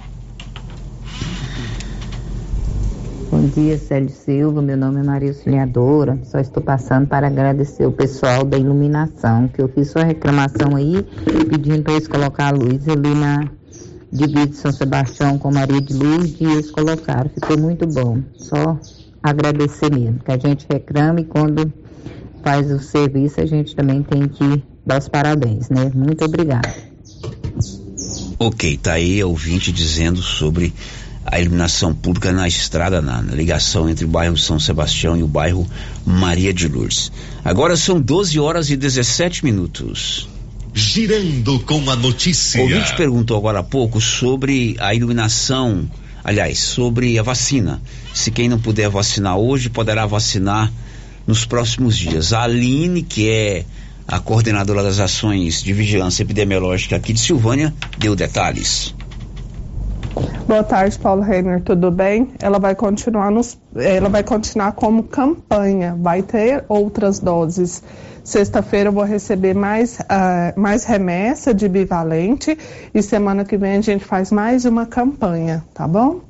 Bom dia, Célio Silva, meu nome é Maria Auxiliadora, só estou passando para agradecer o pessoal da iluminação, que eu fiz sua reclamação aí, pedindo para eles colocar a luz ali na divisa de São Sebastião com Maria de Luz, e eles colocaram, ficou muito bom, só agradecer mesmo, que a gente reclama e quando faz o serviço a gente também tem que dar os parabéns, né? Muito obrigada. Ok, tá aí ouvinte dizendo sobre a iluminação pública na estrada, na ligação entre o bairro São Sebastião e o bairro Maria de Lourdes. Agora são 12h17. Girando com a notícia. O ouvinte perguntou agora há pouco sobre a iluminação, aliás, sobre a vacina. Se quem não puder vacinar hoje, poderá vacinar nos próximos dias. A Aline, que é a coordenadora das ações de vigilância epidemiológica aqui de Silvânia, deu detalhes. Boa tarde, Paulo Reiner, tudo bem? Ela vai continuar como campanha, vai ter outras doses. Sexta-feira eu vou receber mais remessa de bivalente e semana que vem a gente faz mais uma campanha, tá bom?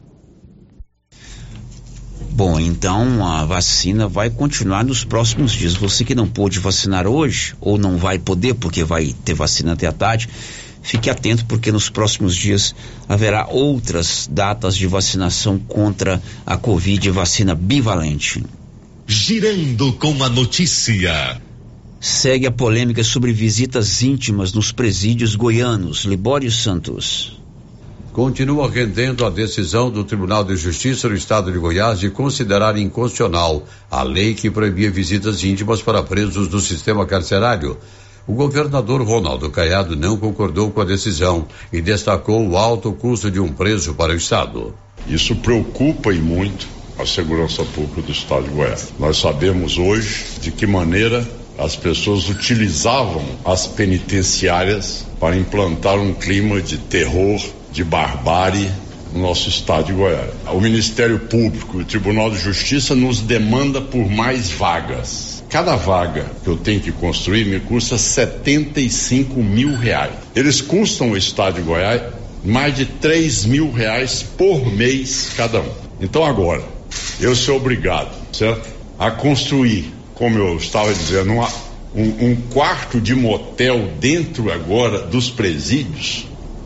Bom, então a vacina vai continuar nos próximos dias. Você que não pôde vacinar hoje, ou não vai poder porque vai ter vacina até a tarde, fique atento porque nos próximos dias haverá outras datas de vacinação contra a Covid e vacina bivalente. Girando com a notícia. Segue a polêmica sobre visitas íntimas nos presídios goianos. Libório Santos. Continua rendendo a decisão do Tribunal de Justiça do Estado de Goiás de considerar inconstitucional a lei que proibia visitas íntimas para presos do sistema carcerário. O governador Ronaldo Caiado não concordou com a decisão e destacou o alto custo de um preso para o Estado. Isso preocupa e muito a segurança pública do Estado de Goiás. Nós sabemos hoje de que maneira as pessoas utilizavam as penitenciárias para implantar um clima de terror, de barbárie no nosso estado de Goiás. O Ministério Público e o Tribunal de Justiça nos demanda por mais vagas. Cada vaga que eu tenho que construir me custa R$75 mil. Eles custam o estado de Goiás mais de R$3 mil por mês cada um. Então agora, eu sou obrigado, certo? A construir, como eu estava dizendo, um quarto de motel dentro agora dos presídios.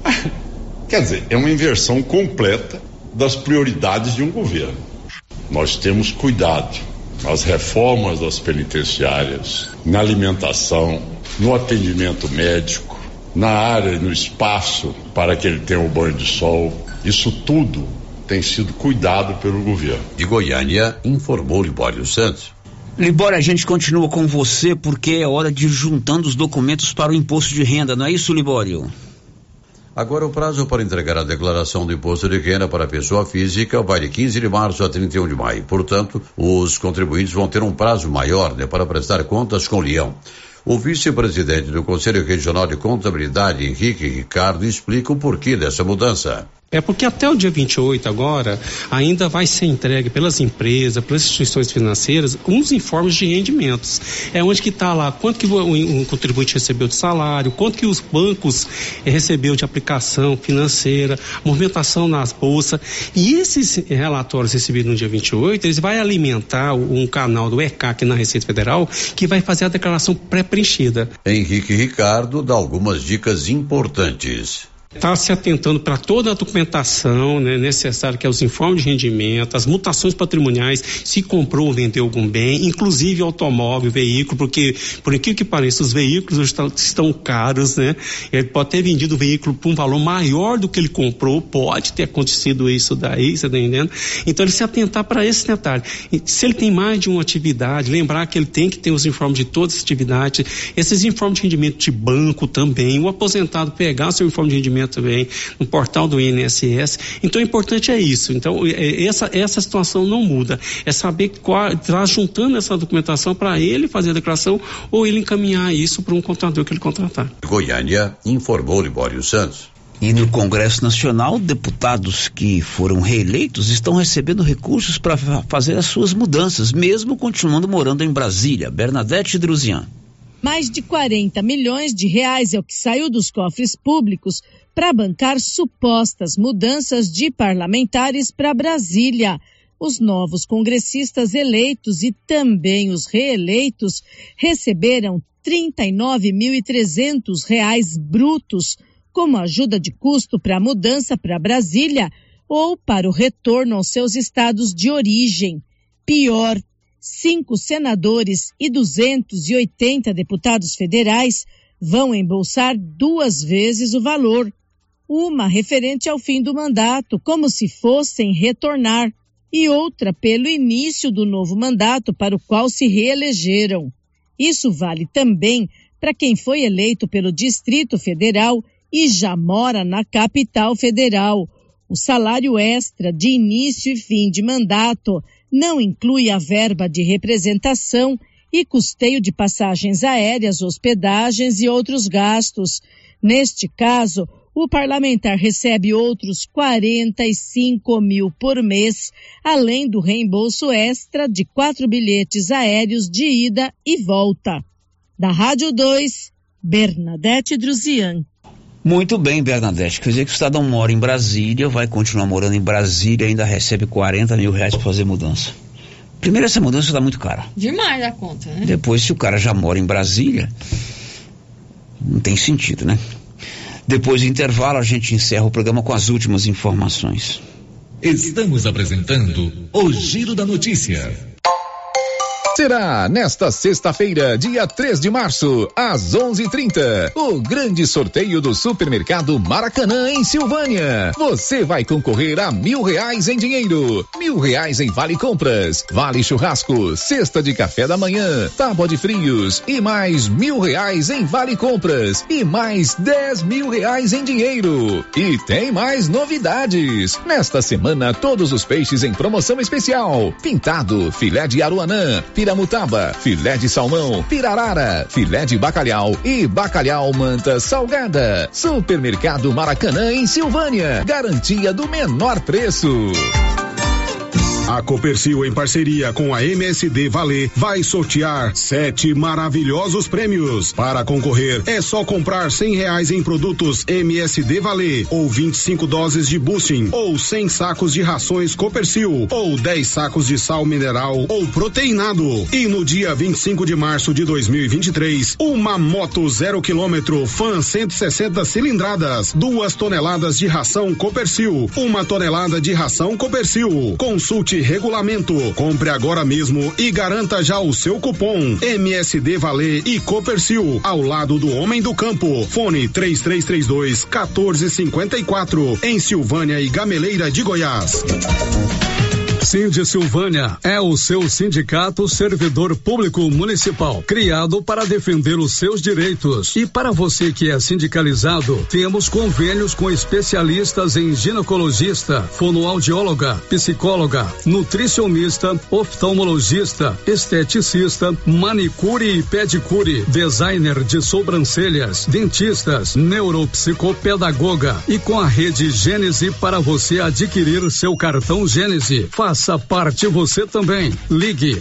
Quer dizer, é uma inversão completa das prioridades de um governo. Nós temos cuidado nas reformas das penitenciárias, na alimentação, no atendimento médico, na área, no espaço para que ele tenha o banho de sol. Isso tudo tem sido cuidado pelo governo. De Goiânia, informou Libório Santos. Libório, a gente continua com você porque é hora de ir juntando os documentos para o imposto de renda, não é isso, Libório? Agora o prazo para entregar a declaração do imposto de renda para a pessoa física vai de 15 de março a 31 de maio. Portanto, os contribuintes vão ter um prazo maior, para prestar contas com o Leão. O vice-presidente do Conselho Regional de Contabilidade, Henrique Ricardo, explica o porquê dessa mudança. É porque até o dia 28 agora, ainda vai ser entregue pelas empresas, pelas instituições financeiras, uns informes de rendimentos. É onde que está lá, quanto que o contribuinte recebeu de salário, quanto que os bancos recebeu de aplicação financeira, movimentação nas bolsas. E esses relatórios recebidos no dia 28, eles vão alimentar um canal do ECAC na Receita Federal, que vai fazer a declaração pré-preenchida. Henrique Ricardo dá algumas dicas importantes. Está se atentando para toda a documentação, necessária, que é os informes de rendimento, as mutações patrimoniais, se comprou ou vendeu algum bem, inclusive automóvel, veículo, porque, por incrível que pareça, os veículos estão caros, Ele pode ter vendido o veículo por um valor maior do que ele comprou, pode ter acontecido isso daí, você está entendendo? Então, ele se atentar para esse detalhe. E, se ele tem mais de uma atividade, lembrar que ele tem que ter os informes de todas as atividades, esses informes de rendimento de banco também, o aposentado pegar seu informe de rendimento também no portal do INSS. Então, o importante é isso. Então, essa situação não muda. É saber estar juntando essa documentação para ele fazer a declaração ou ele encaminhar isso para um contador que ele contratar. Goiânia, informou Libório Santos. E no Congresso Nacional, deputados que foram reeleitos estão recebendo recursos para fazer as suas mudanças, mesmo continuando morando em Brasília. Bernadette Druzian. Mais de 40 milhões de reais é o que saiu dos cofres públicos para bancar supostas mudanças de parlamentares para Brasília. Os novos congressistas eleitos e também os reeleitos receberam R$ 39.300 brutos como ajuda de custo para a mudança para Brasília ou para o retorno aos seus estados de origem. Pior, 5 senadores e 280 deputados federais vão embolsar 2 vezes o valor. Uma referente ao fim do mandato, como se fossem retornar, e outra pelo início do novo mandato para o qual se reelegeram. Isso vale também para quem foi eleito pelo Distrito Federal e já mora na capital federal. O salário extra de início e fim de mandato não inclui a verba de representação e custeio de passagens aéreas, hospedagens e outros gastos. Neste caso, o parlamentar recebe outros 45 mil por mês, além do reembolso extra de 4 bilhetes aéreos de ida e volta. Da Rádio 2, Bernadette Druzian. Muito bem, Bernadette. Quer dizer que o cidadão mora em Brasília, vai continuar morando em Brasília e ainda recebe 40 mil reais para fazer mudança. Primeiro, essa mudança está muito cara. Demais a conta, né? Depois, se o cara já mora em Brasília, não tem sentido, né? Depois do intervalo, a gente encerra o programa com as últimas informações. Estamos apresentando o Giro da Notícia. Será nesta sexta-feira, dia 3 de março, às 11h30, o grande sorteio do Supermercado Maracanã em Silvânia. Você vai concorrer a R$1.000 em dinheiro, R$1.000 em vale compras, vale churrasco, cesta de café da manhã, tábua de frios e mais R$1.000 em vale compras e mais R$10.000 em dinheiro. E tem mais novidades. Nesta semana, todos os peixes em promoção especial: pintado, filé de aruanã, piramutaba, filé de salmão, pirarara, filé de bacalhau e bacalhau manta salgada. Supermercado Maracanã em Silvânia, garantia do menor preço. A Copercil, em parceria com a MSD Valer, vai sortear 7 maravilhosos prêmios. Para concorrer, é só comprar R$100 em produtos MSD Valer, ou 25 doses de boosting, ou 100 sacos de rações Copercil, ou 10 sacos de sal mineral ou proteinado. E no dia 25 de março de 2023, uma moto 0 km Fan 160 cilindradas, 2 toneladas de ração Copercil, 1 tonelada de ração Copercil. Consulte regulamento, compre agora mesmo e garanta já o seu cupom MSD Valer e Copercil, ao lado do homem do campo. Fone 3332-1454, em Silvânia e Gameleira de Goiás. Sindi Silvânia é o seu sindicato servidor público municipal, criado para defender os seus direitos. E para você que é sindicalizado, temos convênios com especialistas em ginecologista, fonoaudióloga, psicóloga, nutricionista, oftalmologista, esteticista, manicure e pedicure, designer de sobrancelhas, dentistas, neuropsicopedagoga e com a rede Gênese para você adquirir seu cartão Gênese. Faça parte você também. Ligue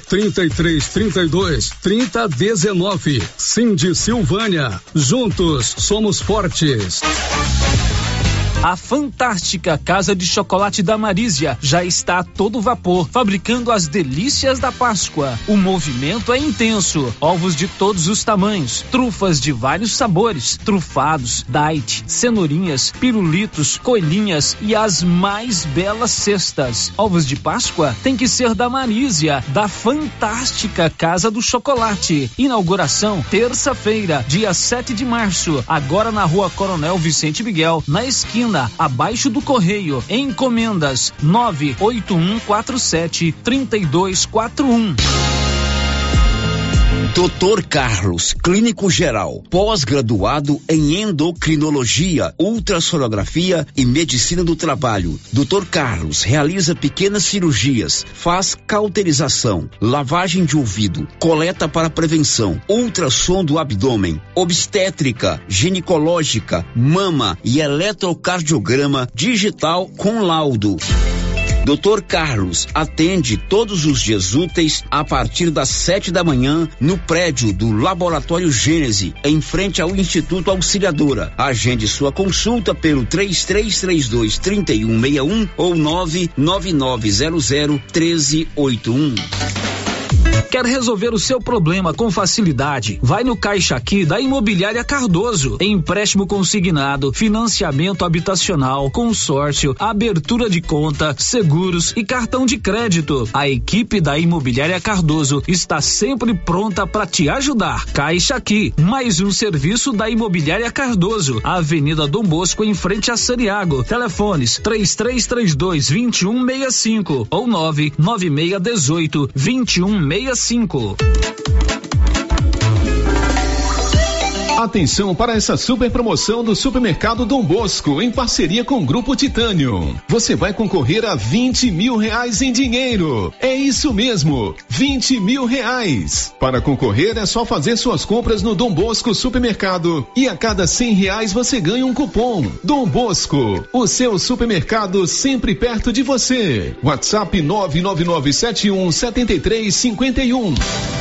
3332-3019. Sindi Silvânia. Juntos somos fortes. A fantástica Casa de Chocolate da Marísia já está a todo vapor, fabricando as delícias da Páscoa. O movimento é intenso. Ovos de todos os tamanhos, trufas de vários sabores, trufados, diet, cenourinhas, pirulitos, coelhinhas e as mais belas cestas. Ovos de Páscoa tem que ser da Marísia, da fantástica Casa do Chocolate. Inauguração terça-feira, dia 7 de março, agora na Rua Coronel Vicente Miguel, na esquina abaixo do Correio. Encomendas 98147-3241. Dr. Carlos, clínico geral, pós-graduado em endocrinologia, ultrassonografia e medicina do trabalho. Dr. Carlos realiza pequenas cirurgias, faz cauterização, lavagem de ouvido, coleta para prevenção, ultrassom do abdômen, obstétrica, ginecológica, mama e eletrocardiograma digital com laudo. Dr. Carlos atende todos os dias úteis a partir das 7 da manhã no prédio do Laboratório Gênese, em frente ao Instituto Auxiliadora. Agende sua consulta pelo 3332-3161 ou 99900-1381. Quer resolver o seu problema com facilidade? Vai no Caixa Aqui da Imobiliária Cardoso. Empréstimo consignado, financiamento habitacional, consórcio, abertura de conta, seguros e cartão de crédito. A equipe da Imobiliária Cardoso está sempre pronta para te ajudar. Caixa Aqui, mais um serviço da Imobiliária Cardoso. Avenida Dom Bosco, em frente a Saniago. Telefones 3332-2165 ou 99618-2165. Atenção para essa super promoção do Supermercado Dom Bosco, em parceria com o Grupo Titânio. Você vai concorrer a R$20 mil em dinheiro. É isso mesmo, R$20 mil. Para concorrer é só fazer suas compras no Dom Bosco Supermercado e a cada R$100 você ganha um cupom. Dom Bosco, o seu supermercado sempre perto de você. WhatsApp 999717351.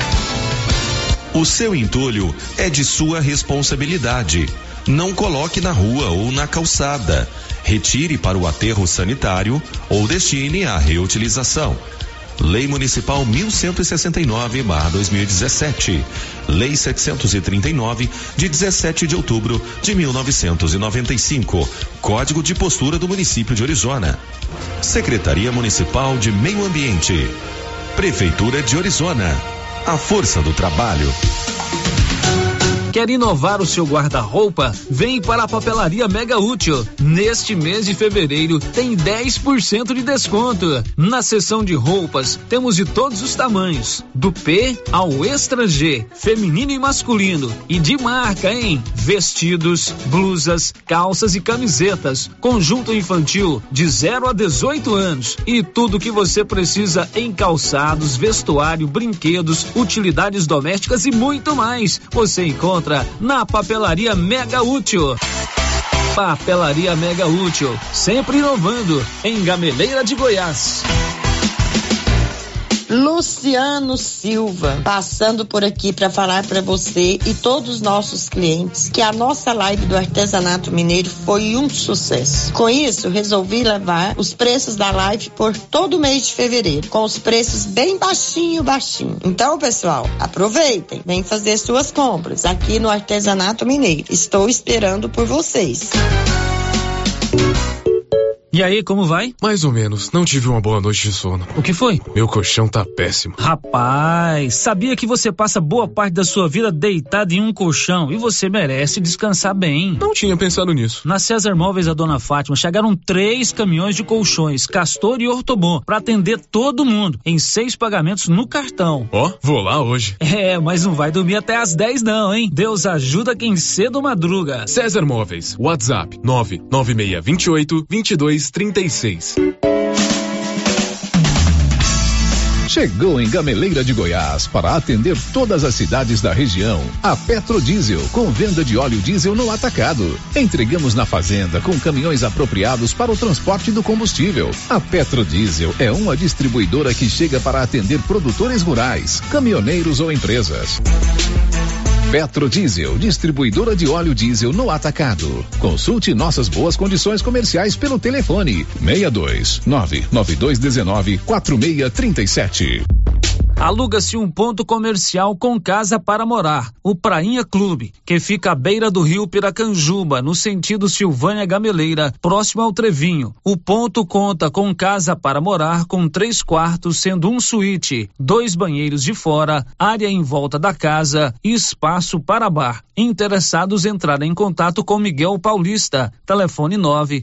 O seu entulho é de sua responsabilidade. Não coloque na rua ou na calçada. Retire para o aterro sanitário ou destine à reutilização. Lei Municipal 1169/2017. Lei 739, de 17 de outubro de 1995. Código de Postura do Município de Orizona. Secretaria Municipal de Meio Ambiente. Prefeitura de Orizona. A força do trabalho. Quer inovar o seu guarda-roupa? Vem para a Papelaria Mega Útil. Neste mês de fevereiro tem 10% de desconto. Na seção de roupas temos de todos os tamanhos, do P ao Extra G, feminino e masculino, e de marca, hein? Vestidos, blusas, calças e camisetas, conjunto infantil de 0 a 18 anos e tudo que você precisa em calçados, vestuário, brinquedos, utilidades domésticas e muito mais. Você encontra na Papelaria Mega Útil. Papelaria Mega Útil, sempre inovando, em Gameleira de Goiás. Luciano Silva, passando por aqui para falar para você e todos os nossos clientes que a nossa live do artesanato mineiro foi um sucesso. Com isso, resolvi levar os preços da live por todo o mês de fevereiro, com os preços bem baixinho. Então, pessoal, aproveitem, vem fazer suas compras aqui no Artesanato Mineiro. Estou esperando por vocês. E aí, como vai? Mais ou menos, não tive uma boa noite de sono. O que foi? Meu colchão tá péssimo. Rapaz, sabia que você passa boa parte da sua vida deitado em um colchão e você merece descansar bem. Não tinha pensado nisso. Na César Móveis da Dona Fátima chegaram 3 caminhões de colchões, Castor e Ortobon, pra atender todo mundo, em 6 pagamentos no cartão. Ó, vou lá hoje. Mas não vai dormir até às 10 não, hein? Deus ajuda quem cedo madruga. César Móveis, WhatsApp 99628-2236. Chegou em Gameleira de Goiás para atender todas as cidades da região. A Petrodiesel, com venda de óleo diesel no atacado. Entregamos na fazenda com caminhões apropriados para o transporte do combustível. A Petrodiesel é uma distribuidora que chega para atender produtores rurais, caminhoneiros ou empresas. Petrodiesel, distribuidora de óleo diesel no atacado. Consulte nossas boas condições comerciais pelo telefone 62992194637. Aluga-se um ponto comercial com casa para morar, o Prainha Clube, que fica à beira do rio Piracanjuba, no sentido Silvânia Gameleira, próximo ao Trevinho. O ponto conta com casa para morar com 3 quartos, sendo um suíte, 2 banheiros de fora, área em volta da casa e espaço para bar. Interessados entrarem em contato com Miguel Paulista, telefone